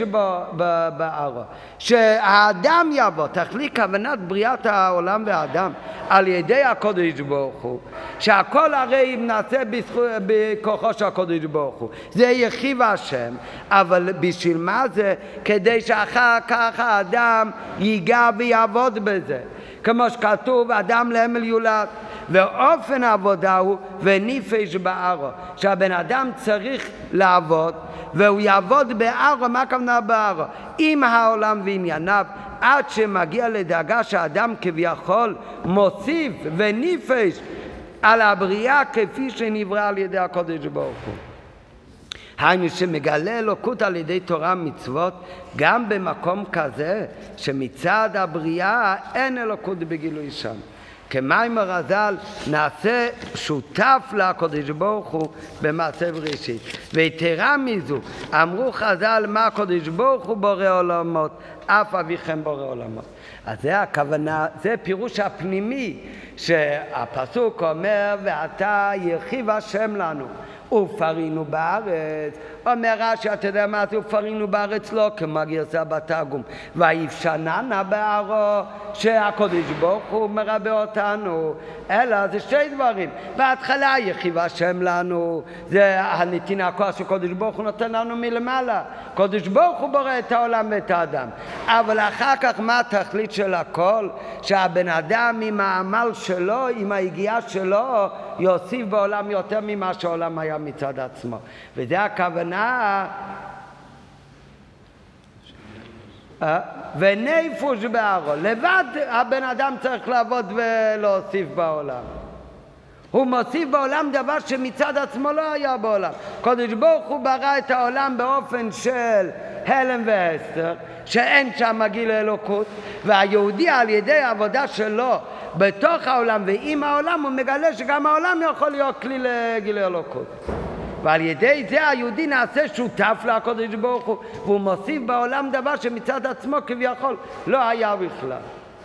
בערו. שהאדם יבוא, תכלית כוונת בריאת העולם והאדם על ידי הקודש ברוך הוא. שהכל הרי נעשה בכוחו של הקודש ברוך הוא. זה יחיב השם, אבל בשביל מה זה? כדי שאחר כך האדם ייגע ויעבוד בזה. כמו שכתוב, אדם להמל יולד. ואופן העבודה הוא ונפש בערו, שהבן אדם צריך לעבוד, והוא יעבוד בערו. מה הכוונה בערו? עם העולם וענייניו, עד שמגיע לדאגה שהאדם כביכול מוסיף ונפש על הבריאה כפי שנברא על ידי הקודש ברוך הוא. היינו שמגלה אלוקות על ידי תורה מצוות גם במקום כזה שמצד הבריאה אין אלוקות בגילוי שם. כמאמר רז"ל, נעשה שותף לקודש ברוך הוא במעשה בראשית. ויתרה מזו, אמרו חז"ל, מה הקודש ברוך הוא בורא עולמות, אף אביכם בורא עולמות. אז זה הכוונה, זה פירוש הפנימי, שהפסוק אומר, ואתה יחיב השם לנו. ופרינו בארץ. אומר רש"י, אתה יודע מה זה ופרינו בארץ? לא כמו הגרסה בתרגום. ויפשננה בערו, שהקודש ברוך הוא מרבה אותנו. אלא זה שתי דברים. בהתחלה יחיב השם לנו, זה הנתינה הכוח שקודש ברוך הוא נותן לנו מלמעלה. קודש ברוך הוא בורא את העולם ואת האדם. אבל אחר כך מה התכלית של הכל? שהבן אדם עם העמל שלו, עם ההגיעה שלו, יוסיף בעולם יותר ממה שהעולם היה מצד עצמו. וזה הכוונה ונפש בערו. לבד הבן אדם צריך לעבוד ולהוסיף בעולם. הוא מוסיף בעולם דבר שמצד עצמו לא היה בעולם. קודש ברוך הוא ברא את העולם באופן של הלם והסתר, שאין שם גיל אלוקות, והיהודי על ידי העבודה שלו בתוך העולם ועם העולם הוא מגלה שגם העולם יכול להיות כלי לגיל אלוקות. ועל ידי זה היהודי נעשה שותף לקודש ברוך הוא, והוא מוסיף בעולם דבר שמצד עצמו כביכול לא היה בכלל.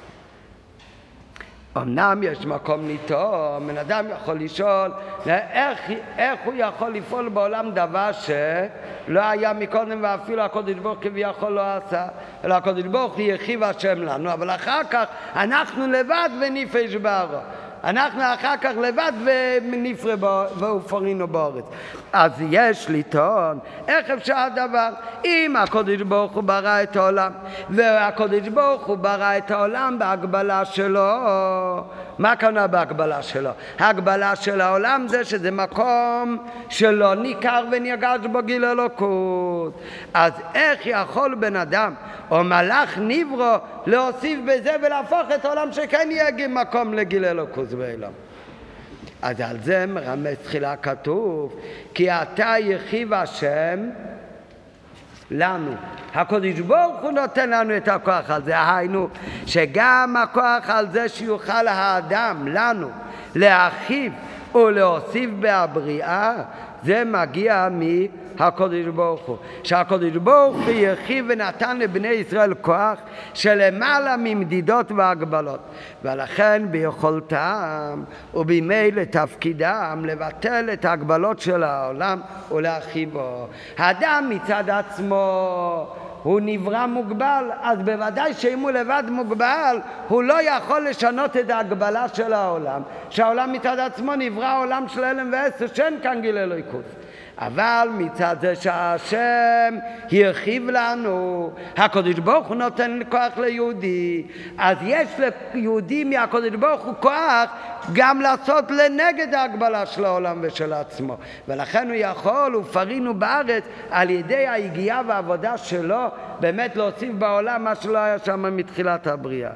אמנם יש מקום לטעון, בן אדם יכול לשאול איך הוא יכול לפעול בעולם דבר שלא היה מקודם ואפילו הקודש ברוך כביכול לא עשה, אלא הקודש ברוך יחיב השם לנו, אבל אחר כך אנחנו לבד ונפש בערו. אנחנו אחר כך לבד ונפרע ופרינו בארץ. אז יש לטעון, איך אפשר הדבר? אם הקדוש ברוך הוא ברא את העולם, והקדוש ברוך הוא ברא את העולם בהגבלה שלו, מה קנה בהגבלה שלו? ההגבלה של העולם זה שזה מקום שלא ניכר ונרגש בו גיל אלוקות. אז איך יכול בן אדם או מלאך נברו להוסיף בזה ולהפוך את העולם שכן יהיה מקום לגיל אלוקות בעולם? אז על זה מרמז תחילה כתוב, כי אתה יחיו השם לנו. הקדוש ברוך הוא נותן לנו את הכוח על זה, היינו שגם הכוח על זה שיוכל האדם לנו להרחיב ולהוסיף בהבריאה, זה מגיע מהקדוש ברוך הוא. שהקדוש ברוך הוא ירחיב ונתן לבני ישראל כוח שלמעלה ממדידות והגבלות, ולכן ביכולתם ובמילא תפקידם לבטל את ההגבלות של העולם ולהרחיבו. האדם מצד עצמו הוא נברא מוגבל, אז בוודאי שאם הוא לבד מוגבל, הוא לא יכול לשנות את ההגבלה של העולם, שהעולם מצד עצמו נברא עולם של אלם ועשר, שאין כאן גיל אלוקות. אבל מצד זה שהשם הרחיב לנו, הקדוש ברוך הוא נותן כוח ליהודי, אז יש ליהודי מהקדוש ברוך הוא כוח גם לעשות לנגד ההגבלה של העולם ושל עצמו, ולכן הוא יכול, ופרינו בארץ על ידי ההגיעה והעבודה שלו באמת להוסיף בעולם מה שלא היה שם מתחילת הבריאה.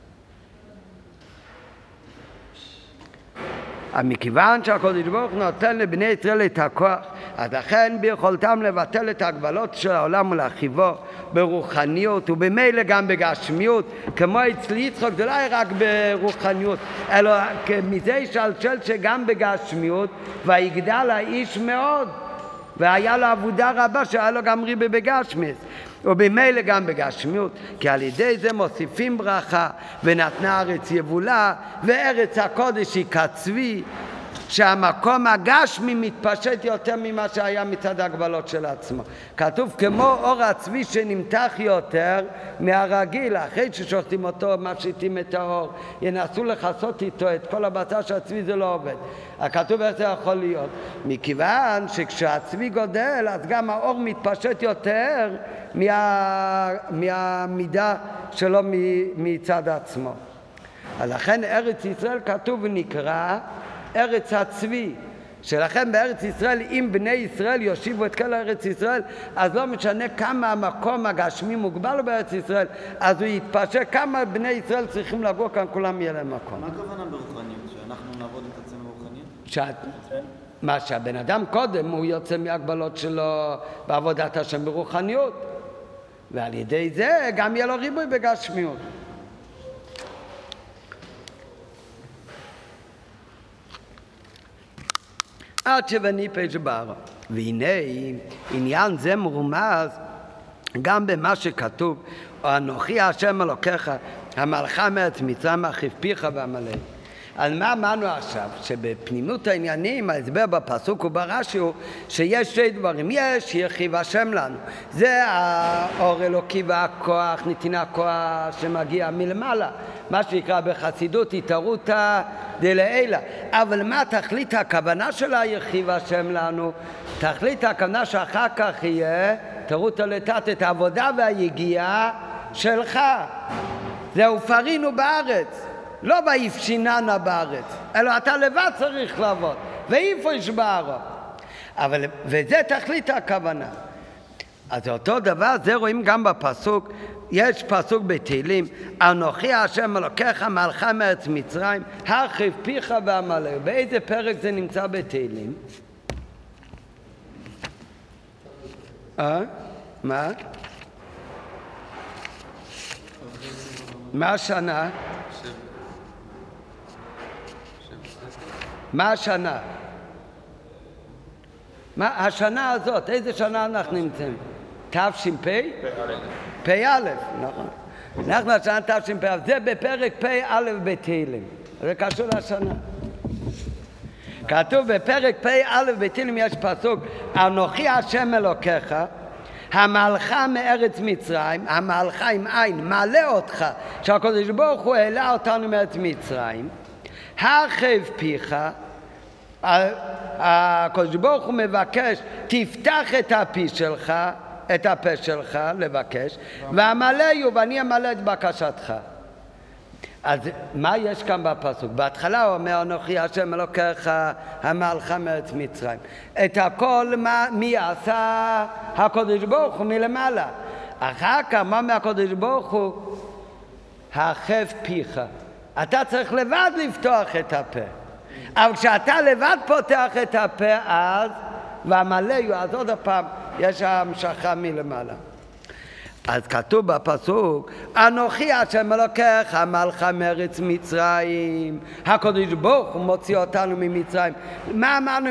מכיוון שהקדוש ברוך הוא נותן לבני ישראל את הכוח, אז לכן ביכולתם לבטל את ההגבלות של העולם ולהרחיבו ברוחניות ובמילא גם בגשמיות, כמו אצל יצחק זה לא היה רק ברוחניות, אלא מזה ישלשל שגם בגשמיות, ויגדל האיש מאוד, והיה לו עבודה רבה שהיה לו גם ריבה בגשמיות, ובמילא גם בגשמיות, כי על ידי זה מוסיפים ברכה, ונתנה ארץ יבולה, וארץ הקודש היא כצבי, שהמקום הגשמי מתפשט יותר ממה שהיה מצד ההגבלות של עצמו. כתוב כמו אור הצבי שנמתח יותר מהרגיל, אחרי ששוחטים אותו מפשיטים את האור, ינסו לחסות איתו את כל הבשר שהצבי זה לא עובד. כתוב איך זה יכול להיות? מכיוון שכשהצבי גודל אז גם האור מתפשט יותר מהמידה שלו מצד עצמו. לכן ארץ ישראל כתוב ונקרא ארץ הצבי, שלכן בארץ ישראל אם בני ישראל יושיבו את כל ארץ ישראל, אז לא משנה כמה המקום הגשמי מוגבל בארץ ישראל, אז הוא יתפשט כמה בני ישראל צריכים לגור כאן, כולם יהיה להם מקום. מה הכוונה ברוחניות? שאנחנו נעבוד את עצמנו ברוחניות? מה שהבן אדם קודם הוא יוצא מהגבלות שלו בעבודת השם ברוחניות, ועל ידי זה גם יהיה לו ריבוי בגשמיות. עד שבניפש בערה. והנה עניין זה מרומז גם במה שכתוב, אנוכי השם אלוקיך המלך מארץ מצרים אחיו פיך ועמלק. על מה אמרנו עכשיו? שבפנימות העניינים ההסבר בפסוק וברש"י הוא שיש שתי דברים. יש ירחיב השם לנו, זה האור אלוקי והכוח, נתינה כוח שמגיע מלמעלה, מה שנקרא בחסידות התערותא דלעילא. אבל מה תכלית הכוונה של הירחיב השם לנו? תכלית הכוונה שאחר כך יהיה תערותא לתת את העבודה והיגיעה שלך, זהו פרינו בארץ, לא ויפשיננה בארץ, אלא אתה לבד צריך לעבוד, ואיפוש בערה. אבל וזה תכלית הכוונה. אז אותו דבר, זה רואים גם בפסוק, יש פסוק בתהילים, אנוכי השם אלוקיך מלך מארץ מצרים, הרחיב פיך ועמלק. באיזה פרק זה נמצא בתהילים? מה? מה השנה? מה השנה? מה השנה הזאת? איזה שנה אנחנו נמצאים? תש"פ? פ"א, נכון. אנחנו השנה תש"פ, זה בפרק פ"א בתהילים. זה קשור לשנה. כתוב בפרק פ"א בתהילים יש פסוק, אנוכי השם אלוקיך, המלך מארץ מצרים, המלך עם עין, מעלה אותך, שהקדוש ברוך הוא העלה אותנו מארץ מצרים, הרחב פיך, הקדוש ברוך הוא מבקש, תפתח את הפה שלך, לבקש, ואמלאו, ואני אמלא את בקשתך. אז מה יש כאן בפסוק? בהתחלה הוא אומר, אנוכי השם אלוקיך המעלך מארץ מצרים. את הכל מי עשה? הקדוש ברוך הוא מלמעלה. אחר כך מה מהקדוש ברוך הוא? הרחב פיך. אתה צריך לבד לפתוח את הפה. אבל כשאתה לבד פותח את הפה, אז ואמלאו, אז עוד הפעם יש המשכה מלמעלה. אז כתוב בפסוק, אנוכי השם אלוקיך המעלך מארץ מצרים. הקדוש ברוך הוא מוציא אותנו ממצרים. מה אמרנו?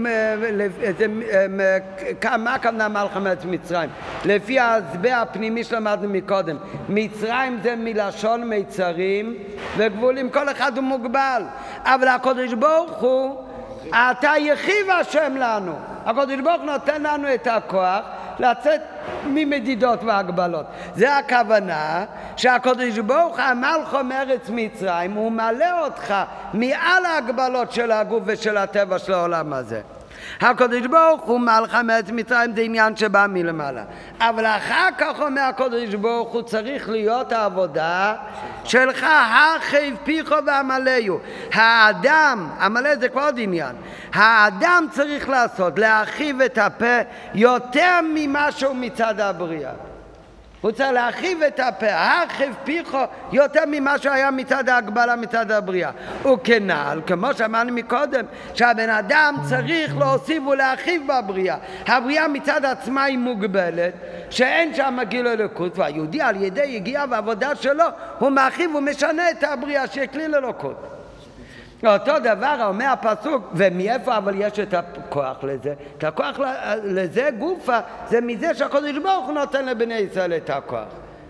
מה הכוונה המעלך מארץ מצרים? לפי ההסבר הפנימי שלמדנו מקודם, מצרים זה מלשון מיצרים וגבולים, כל אחד הוא מוגבל. אבל הקדוש ברוך הוא, אתה יחיד השם לנו. הקדוש ברוך הוא נותן לנו את הכוח לצאת ממדידות והגבלות. זה הכוונה שהקדוש ברוך הוא המלך מארץ מצרים, הוא מלא אותך מעל ההגבלות של הגוף ושל הטבע של העולם הזה. הקדוש ברוך הוא מלך מארץ מצרים, זה עניין שבא מלמעלה. אבל אחר כך אומר הקדוש ברוך הוא, צריך להיות העבודה שלך, הרחב פיך ואמלאו. האדם, המלא זה כבר עוד עניין, האדם צריך לעשות, להרחיב את הפה יותר ממה שהוא מצד הבריאה. הוא צריך להרחיב את הפה, הרחב פיך יותר ממה שהיה מצד ההגבלה, מצד הבריאה. וכנ"ל, כמו שאמרנו מקודם, שהבן אדם צריך להוסיף ולהרחיב בבריאה. הבריאה מצד עצמה היא מוגבלת, שאין שם גילוי אלוקות, והיהודי על ידי יגיעה ועבודה שלו, הוא מרחיב ומשנה את הבריאה, שיהיה כלי אלוקות. אותו דבר אומר הפסוק, ומאיפה אבל יש את הכוח לזה? את הכוח לזה גופה, זה מזה שהקדוש ברוך הוא נותן לבני ישראל את הכוח.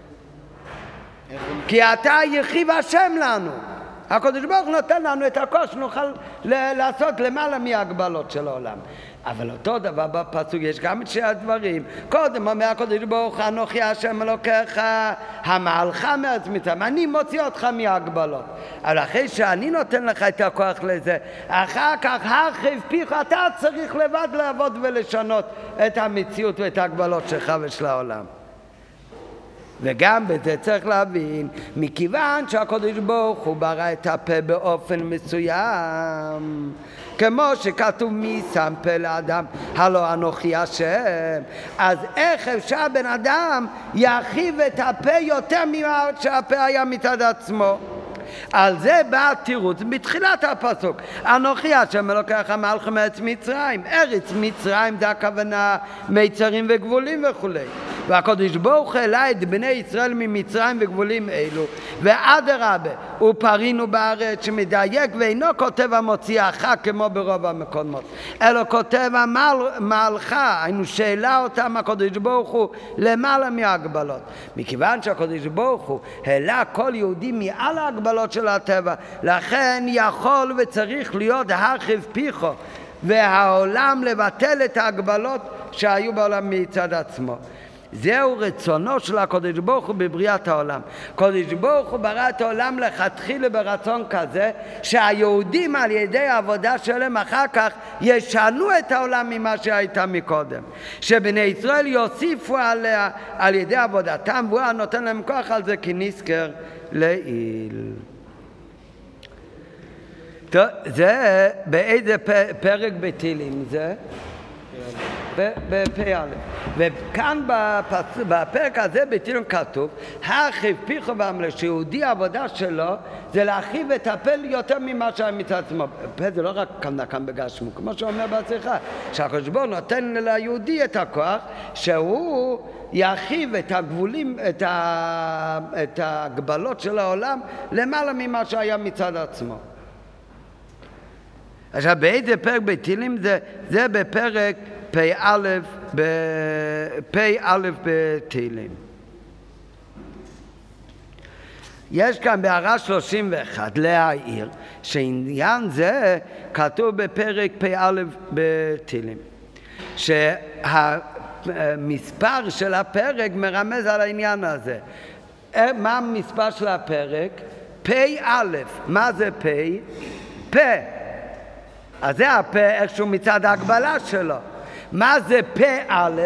כי אתה יחיד השם לנו. הקדוש ברוך הוא נותן לנו את הכוח שנוכל לעשות למעלה מהגבלות של העולם. אבל אותו דבר בפסוק יש גם את שני הדברים. קודם אומר הקדוש ברוך הוא, אנוכי השם אלוקיך המעלך מארץ מצרים, אני מוציא אותך מהגבלות. אבל אחרי שאני נותן לך את הכוח לזה, אחר כך הרחב פיך, אתה צריך לבד לעבוד ולשנות את המציאות ואת ההגבלות שלך ושל העולם. וגם בזה צריך להבין, מכיוון שהקדוש ברוך הוא ברא את הפה באופן מסוים, כמו שכתוב מי שם פה לאדם, הלא אנוכי השם, אז איך אפשר בן אדם ירחיב את הפה יותר ממה שהפה היה מצד עצמו? על זה בא התירוץ בתחילת הפסוק, אנוכי השם אלוקיך המלך מארץ מצרים. ארץ מצרים זה הכוונה מיצרים וגבולים וכו'. והקדוש ברוך הוא העלה את בני ישראל ממצרים וגבולים אלו, ואדרבה ופרינו בארץ, שמדייק ואינו כותב המוציאך כמו ברוב המקומות, אלא כותב המעלך, היינו שאלה אותם הקדוש ברוך הוא למעלה מהגבלות. מכיוון שהקדוש ברוך הוא העלה כל יהודי מעל ההגבלות של הטבע, לכן יכול וצריך להיות הרחב פיך, והעולם לבטל את ההגבלות שהיו בעולם מצד עצמו. זהו רצונו של הקדוש ברוך הוא בבריאת העולם. הקדוש ברוך הוא ברא את העולם לכתחילה ברצון כזה שהיהודים על ידי העבודה שלהם אחר כך ישנו את העולם ממה שהייתה מקודם, שבני ישראל יוסיפו עליה על ידי עבודתם, והוא נותן להם כוח על זה כי נזכר לעיל. טוב, זה באיזה פרק בתהילים זה? בפ"א. וכאן בפרק הזה בתהילים כתוב, הרחב פיך ואמלאו, שיהודי העבודה שלו זה להרחיב את הפה יותר ממה שהיה מצד עצמו. פה זה לא רק כאן בגשמו, כמו שאומר בשיחה, שהקדוש ברוך הוא נותן ליהודי את הכוח שהוא ירחיב את הגבולים, את ההגבלות של העולם למעלה ממה שהיה מצד עצמו. עכשיו באיזה פרק בתהילים זה בפרק פ"א בתהילים. יש כאן בהערה 31 להעיר שעניין זה כתוב בפרק פ"א בתהילים, שהמספר של הפרק מרמז על העניין הזה. מה המספר של הפרק? פ"א. מה זה פ'? פה. אז זה הפה איכשהו מצד ההגבלה שלו. מה זה פה א'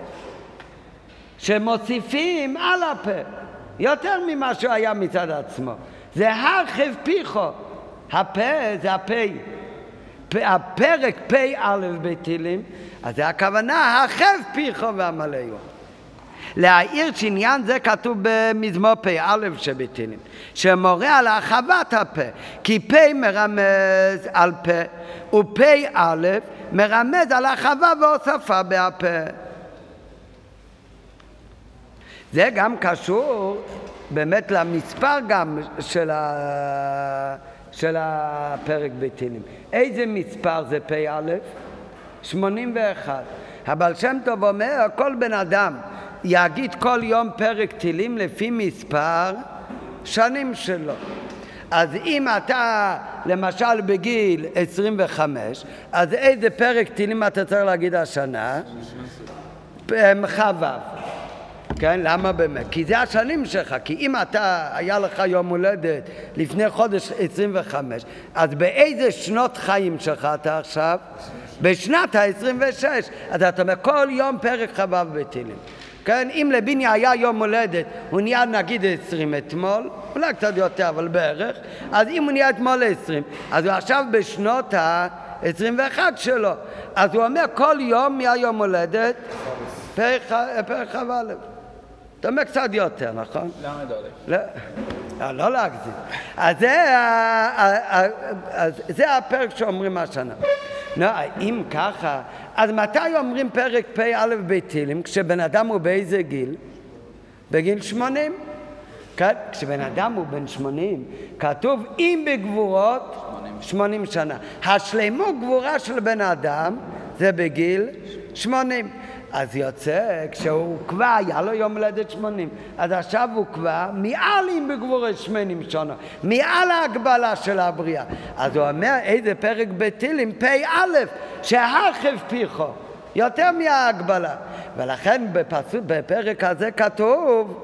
שמוסיפים על הפה? יותר ממה שהוא היה מצד עצמו. זה הרחב פיחו. הפה זה הפה. הפרק פה א' בתהילים, אז זה הכוונה הרחב פיחו ועמלאו. להעיר שעניין זה כתוב במזמור פ"א שבתהילים, שמורה על הרחבת הפה, כי פה מרמז על פה, ופ"א מרמז על הרחבה והוספה בהפה. זה גם קשור באמת למספר גם של הפרק בתהילים. איזה מספר זה פ"א? 81. הבעל שם טוב אומר, כל בן אדם יגיד כל יום פרק תהילים לפי מספר שנים שלו. אז אם אתה למשל בגיל 25, אז איזה פרק תהילים אתה צריך להגיד השנה? חו"ב. כן, למה באמת? כי זה השנים שלך. כי אם היה לך יום הולדת לפני חודש 25, אז באיזה שנות חיים שלך אתה עכשיו? בשנת ה-26. אז אתה אומר כל יום פרק חו"ב בתהילים. כן, אם לביני היה יום הולדת, הוא נהיה נגיד 20 אתמול, אולי קצת יותר, אבל בערך, אז אם הוא נהיה אתמול 20, אז הוא עכשיו בשנות ה-21 שלו. אז הוא אומר כל יום מהיום הולדת פרק כ"א. אתה אומר קצת יותר, נכון? לא להגזים. אז זה הפרק שאומרים השנה. אם ככה, אז מתי אומרים פרק פ"א בתהילים? כשבן אדם הוא באיזה גיל? בגיל 80. כשבן אדם הוא בן 80, כתוב אם בגבורות 80 שנה. השלמות גבורה של בן אדם זה בגיל 80. אז יוצא, כשהוא כבר היה לו יום הולדת 80, אז עכשיו הוא כבר מעל אם בגבורת 80 שנה, מעל ההגבלה של הבריאה. אז הוא אומר איזה פרק בתהילים פ"א שהרחב פיחו יותר מההגבלה. ולכן בפרק הזה כתוב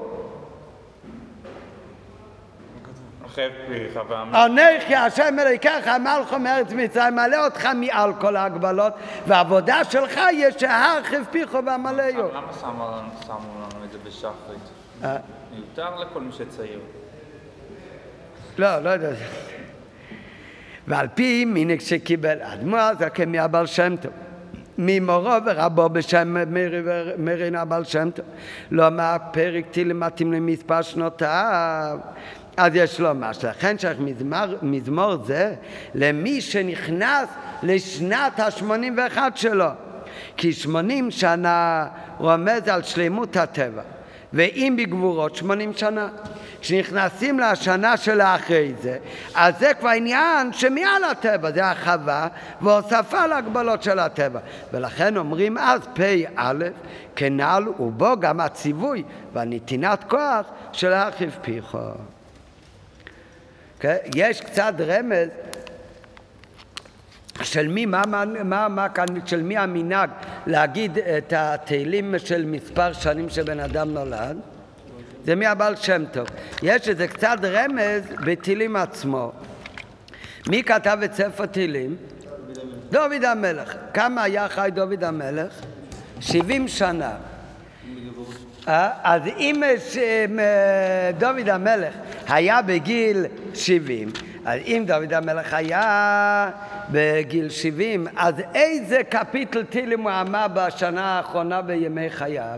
אנכי השם אלוהיך מלך מארץ מצרים, מעלה אותך מעל כל ההגבלות, והעבודה שלך יש שהרחב פיחו ועמלאו. למה שמו לנו את זה בשחרית? מיותר לכל מי שצעיר. לא יודע. ועל פי מנהג שקיבל אדמו"ר הזקן מהבעל שם טוב, ממורו ורבו בשם מרין הבעל שם טוב, לומר פרק תהילים מתאים למספר שנותיו, אז יש לו משהו. לכן שייך מזמור זה למי שנכנס לשנת ה-81 שלו, כי 80 שנה רומז על שלמות הטבע, ואם בגבורות 80 שנה. כשנכנסים לשנה של האחרי זה, אז זה כבר עניין שמעל הטבע, זה הרחבה והוספה להגבלות של הטבע. ולכן אומרים אז פ"א כנ"ל ובו גם הציווי והנתינת כוח של הרחב פיחו. יש קצת רמז של מי המנהג להגיד את התהילים של מספר שנים שבן אדם נולד. זה מהבעל שם טוב. יש איזה קצת רמז בתהילים עצמו. מי כתב את ספר תהילים? דוד המלך. כמה היה חי דוד המלך? 70 שנה. אז אם דוד המלך היה בגיל 70, אז אם דוד המלך היה בגיל 70, אז איזה קפיטל תהילים הוא אמר בשנה האחרונה בימי חייו?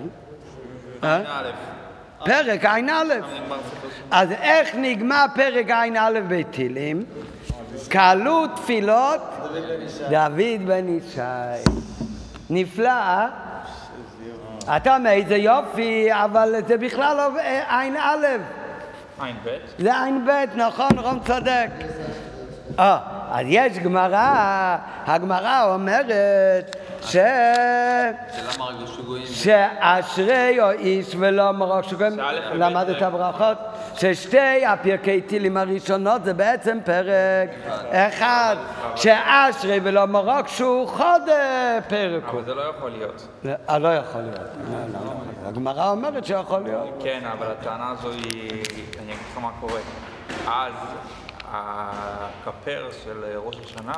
פרק ע"א. אז איך נגמר פרק ע"א בתהילים? קהלו תפילות דוד בן ישי. נפלא. אתה אומר איזה יופי, אבל זה בכלל לא ע"א. ע"ב? זה ע"ב, נכון, רום צודק. אז יש גמרא, הגמרא אומרת שאשרי או איש ולא מרוק שוגויים, למד את הברכות, ששתי הפרקי תהילים הראשונות זה בעצם פרק אחד, שאשרי ולא מרוק שהוא חוד פרק. אבל זה לא יכול להיות. לא יכול להיות. הגמרא אומרת שיכול להיות. כן, אבל הטענה הזו היא, אני אגיד לך מה קורה. אז הכפר של ראש השנה.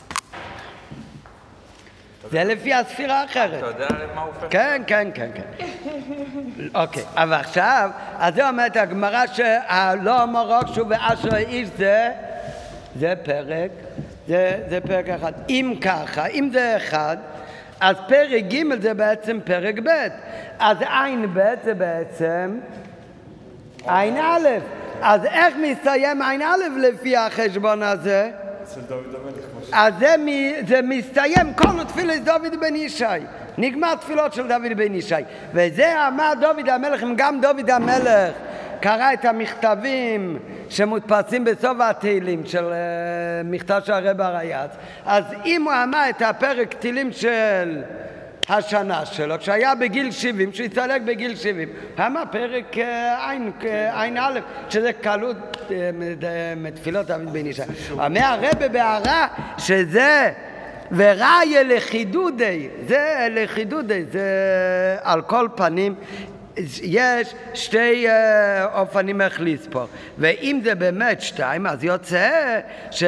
זה לפי הספירה האחרת. אתה יודע מה הוא הופך? כן. אוקיי, אבל עכשיו, אז זה אומרת הגמרא שלא אמר רק שהוא ואשר איש זה פרק, זה פרק אחד. אם ככה, אם זה אחד, אז פרק ג' זה בעצם פרק ב'. אז עין ב' זה בעצם עין א'. אז איך מסתיים עין א' לפי החשבון הזה? אצל דוד המלך. אז זה מסתיים כל תפילת דוד בן ישי. נגמר תפילות של דוד בן ישי. וזה אמר דוד המלך, אם גם דוד המלך קרא את המכתבים שמודפסים בסוף התהילים של מכתב של הרב הריי"צ, אז אם הוא אמר את הפרק תהילים של השנה שלו, כשהיה בגיל 70, שהסתלק בגיל 70, אמר פרק עין א', שזה קלות מתפילות דוד בן ישי. אומר הרב בהערה שזה וראיה לחידודי, זה לחידודי, זה על כל פנים יש שתי אופנים איך לספור, ואם זה באמת שתיים, אז יוצא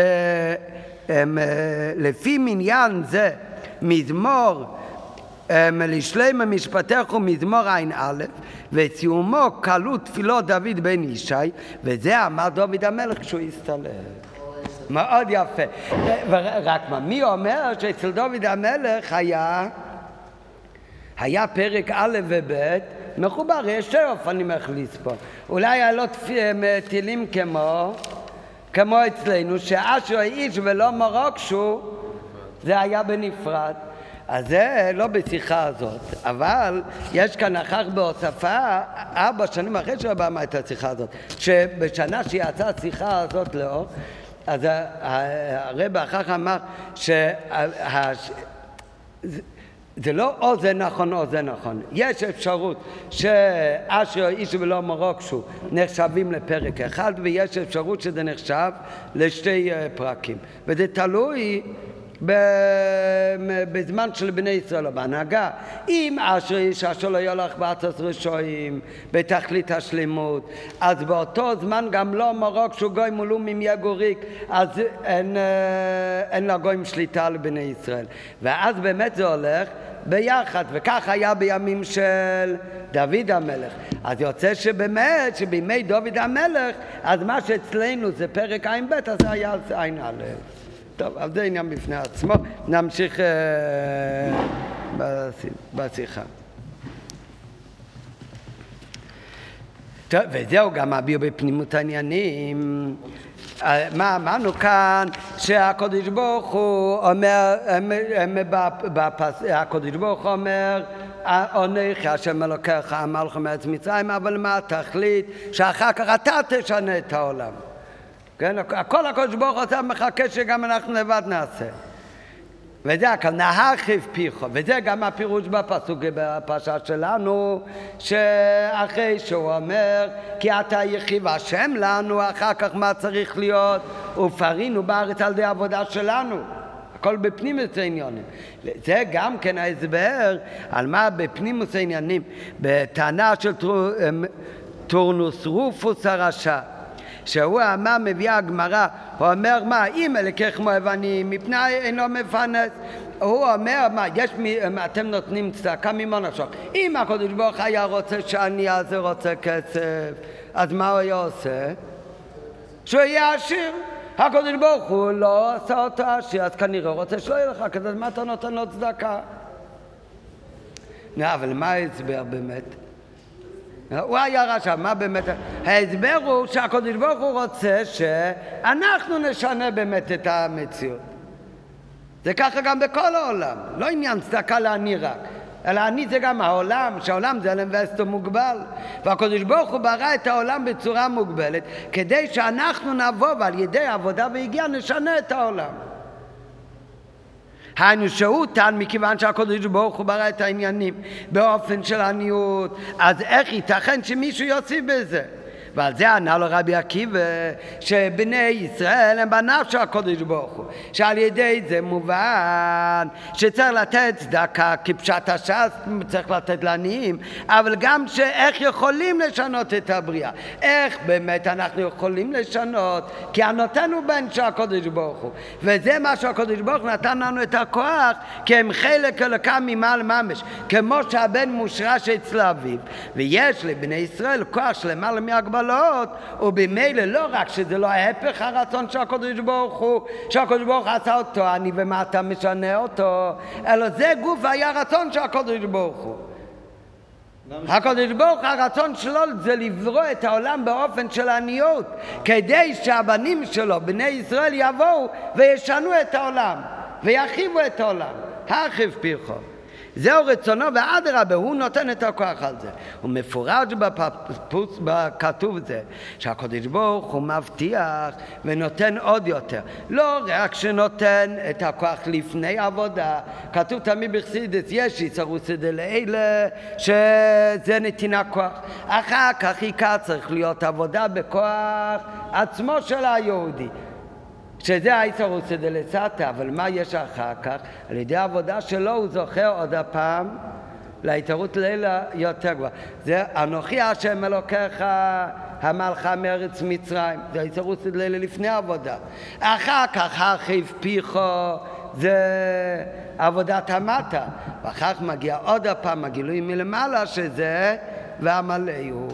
שלפי מניין זה מזמור לשלם משפטך ומזמור עין א', וסיומו קלות תפילות דוד בן ישי, וזה אמר דוד המלך כשהוא הסתלק. מאוד יפה. רק מה, מי אומר שאצל דוד המלך היה פרק א' וב' מחובר, יש שתי אופנים איך לספור. אולי היה לו תהילים כמו אצלנו, שאשר איש ולא מרוקשו, זה היה בנפרד. אז זה לא בשיחה הזאת, אבל יש כאן אחר בהוספה, 4 שנים אחרי שהוא אמר את השיחה הזאת, שבשנה שיצאה השיחה הזאת לאור, אז הרב אחר אמר זה לא או זה נכון או זה נכון. יש אפשרות שאשר איש ולא מרוקשו נחשבים לפרק אחד, ויש אפשרות שזה נחשב לשתי פרקים. וזה תלוי בזמן של בני ישראל בהנהגה. אם אשר איש אשר לא יולך בארצות רשועים בתכלית השלמות, אז באותו זמן גם לא מרוקשו גוי מולומים יגוריק, אז אין לגויים שליטה על בני ישראל, ואז באמת זה הולך ביחד, וכך היה בימים של דוד המלך. אז יוצא שבאמת שבימי דוד המלך, אז מה שאצלנו זה פרק עין ב', אז זה היה עין א'. טוב, אז זה עניין בפני עצמו. נמשיך בשיחה. טוב, וזהו גם הביאו בפנימות העניינים. מה אמרנו כאן? שהקדוש ברוך הוא אומר, הקדוש ברוך הוא אומר, אנוכי השם אלוקיך אמר לכם מארץ מצרים, אבל מה התכלית? שאחר כך אתה תשנה את העולם. כן? הכל הקדוש ברוך הוא מחכה שגם אנחנו לבד נעשה. וזה הכל, נהרחיב פיך, וזה גם הפירוש בפסוק בפרשה שלנו, שאחרי שהוא אומר, כי אתה יחיד השם לנו, אחר כך מה צריך להיות? ופרינו בארץ על ידי העבודה שלנו. הכל בפנימוס העניינים. זה גם כן ההסבר על מה בפנימוס העניינים, בטענה של טורנוס רופוס הרשע. שהוא אמר, מביאה הגמרא, הוא אומר מה, אם אלקח מואב אני מפני אינו מפרנס. הוא אומר מה, אתם נותנים צדקה ממון השוק. אם הקדוש ברוך היה רוצה שאני אז רוצה כסף, אז מה הוא היה עושה? שהוא יהיה עשיר. הקדוש ברוך הוא לא עשה אותו עשיר, אז כנראה רוצה שלא יהיה לך כזה, מה אתה נותן לו צדקה? אבל מה ההסבר באמת? הוא היה רשע, מה באמת? ההסבר הוא שהקדוש ברוך הוא רוצה שאנחנו נשנה באמת את המציאות. זה ככה גם בכל העולם, לא עניין צדקה לעני רק, אלא עני זה גם העולם, שהעולם זה אלם מוגבל, והקדוש ברוך הוא ברא את העולם בצורה מוגבלת, כדי שאנחנו נבוא ועל ידי עבודה והגיעה נשנה את העולם. היינו שהוא טען מכיוון שהקדוש ברוך הוא ברא את העניינים באופן של עניות, אז איך ייתכן שמישהו יוסיף בזה? ועל זה ענה לו רבי עקיבא שבני ישראל הם בניו של הקדוש ברוך הוא, שעל ידי זה מובן שצריך לתת צדקה כפשט הש"ס, צריך לתת לעניים, אבל גם איך יכולים לשנות את הבריאה, איך באמת אנחנו יכולים לשנות, כי הנותן הוא בן של הקדוש ברוך הוא, וזה מה שהקדוש ברוך הוא נתן לנו את הכוח, כי הם חלק אלוקם ממעל ממש, כמו שהבן מושרש אצל אביו, ויש לבני ישראל כוח שלמעלה מהגבלות, ובמילא לא רק שזה לא ההפך הרצון של הקדוש ברוך הוא, שהקדוש ברוך הוא עשה אותו אני ומה אתה משנה אותו, אלא זה גוף היה רצון של הקדוש ברוך הוא. הקדוש ברוך הוא הרצון שלו זה לברוא את העולם באופן של עניות, כדי שהבנים שלו, בני ישראל, יבואו וישנו את העולם וירחיבו את העולם. הרחיב פיך, זהו רצונו, ואדרבה הוא נותן את הכוח על זה. הוא מפורש בכתוב זה שהקדוש ברוך הוא מבטיח ונותן עוד יותר, לא רק שנותן את הכוח לפני עבודה, כתוב תמיד בחסידות יש יצרוס דלאלה שזה נתינה כוח, אחר כך עיקר צריך להיות עבודה בכוח עצמו של היהודי, שזה היצרוס דלסתא, אבל מה יש אחר כך? על ידי העבודה שלו הוא זוכר עוד הפעם להתערות לילה יותר גבוה. זה אנוכי השם אלוקיך המלכה מארץ מצרים, זה היצרוס דלילה לפני העבודה. אחר כך הרחיב פיך זה עבודת המטה, ואחר כך מגיע עוד הפעם הגילוי מלמעלה שזה ועמלהו.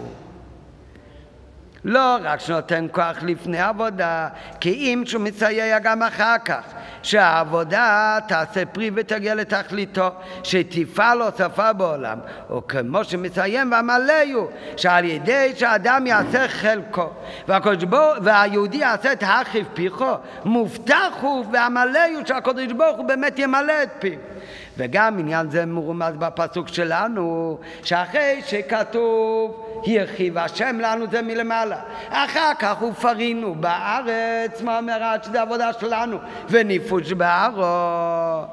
לא רק שנותן כוח לפני עבודה, כי אם שהוא מסייע גם אחר כך, שהעבודה תעשה פרי ותגיע לתכליתו, שתפעל הוספה בעולם, או כמו שמסיים ועמלהו, שעל ידי שהאדם יעשה חלקו, והיהודי יעשה את הרחיב פיכו, מובטח הוא ועמלהו שהקדוש ברוך הוא באמת ימלא את פיו. וגם עניין זה מרומז בפסוק שלנו, שאחרי שכתוב הרחיב השם לנו זה מלמעלה, אחר כך ופרינו בארץ, מה אומרת שזה עבודה שלנו, וניפוש בארץ.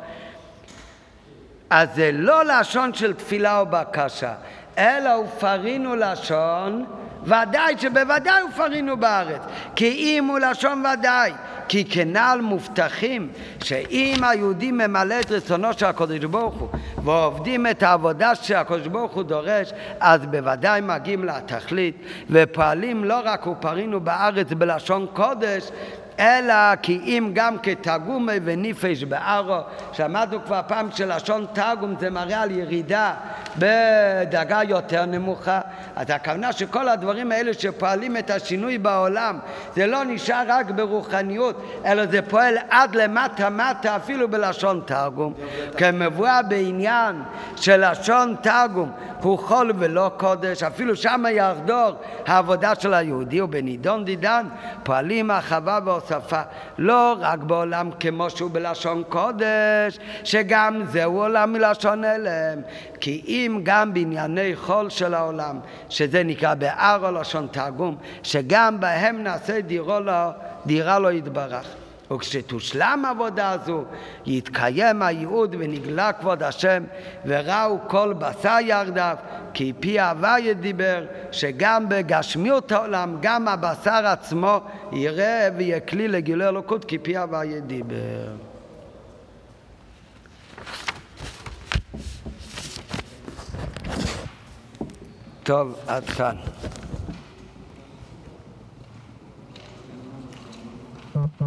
אז זה לא לשון של תפילה או בקשה, אלא ופרינו לשון ודאי שבוודאי ופרינו בארץ, כי אם הוא לשון ודאי, כי כנעל מובטחים שאם היהודים ממלא את רצונו של הקדוש ברוך הוא ועובדים את העבודה שהקדוש ברוך הוא דורש, אז בוודאי מגיעים לתכלית ופועלים לא רק ופרינו בארץ בלשון קודש, אלא כי אם גם כתגומי וניפש בארו, שמענו כבר פעם שלשון תגום זה מראה על ירידה בדרגה יותר נמוכה. אז הכוונה שכל הדברים האלה שפועלים את השינוי בעולם, זה לא נשאר רק ברוחניות, אלא זה פועל עד למטה מטה אפילו בלשון תגום. כמבואה בעניין של לשון תגום הוא חול ולא קודש, אפילו שם יחדור העבודה של היהודי, ובנידון דידן פועלים הרחבה והוספה, לא רק בעולם כמו שהוא בלשון קודש, שגם זהו עולם מלשון אלם, כי אם גם בענייני חול של העולם, שזה נקרא בארו לשון תרגום, שגם בהם נעשה דירה לו יתברך. וכשתושלם העבודה הזו יתקיים הייעוד ונגלה כבוד השם וראו כל בשר ירדיו, כי פי הוויה דיבר, שגם בגשמיות העולם גם הבשר עצמו יראה ויהיה כלי לגילוי אלוקות, כי פי הוויה דיבר. טוב, עד כאן.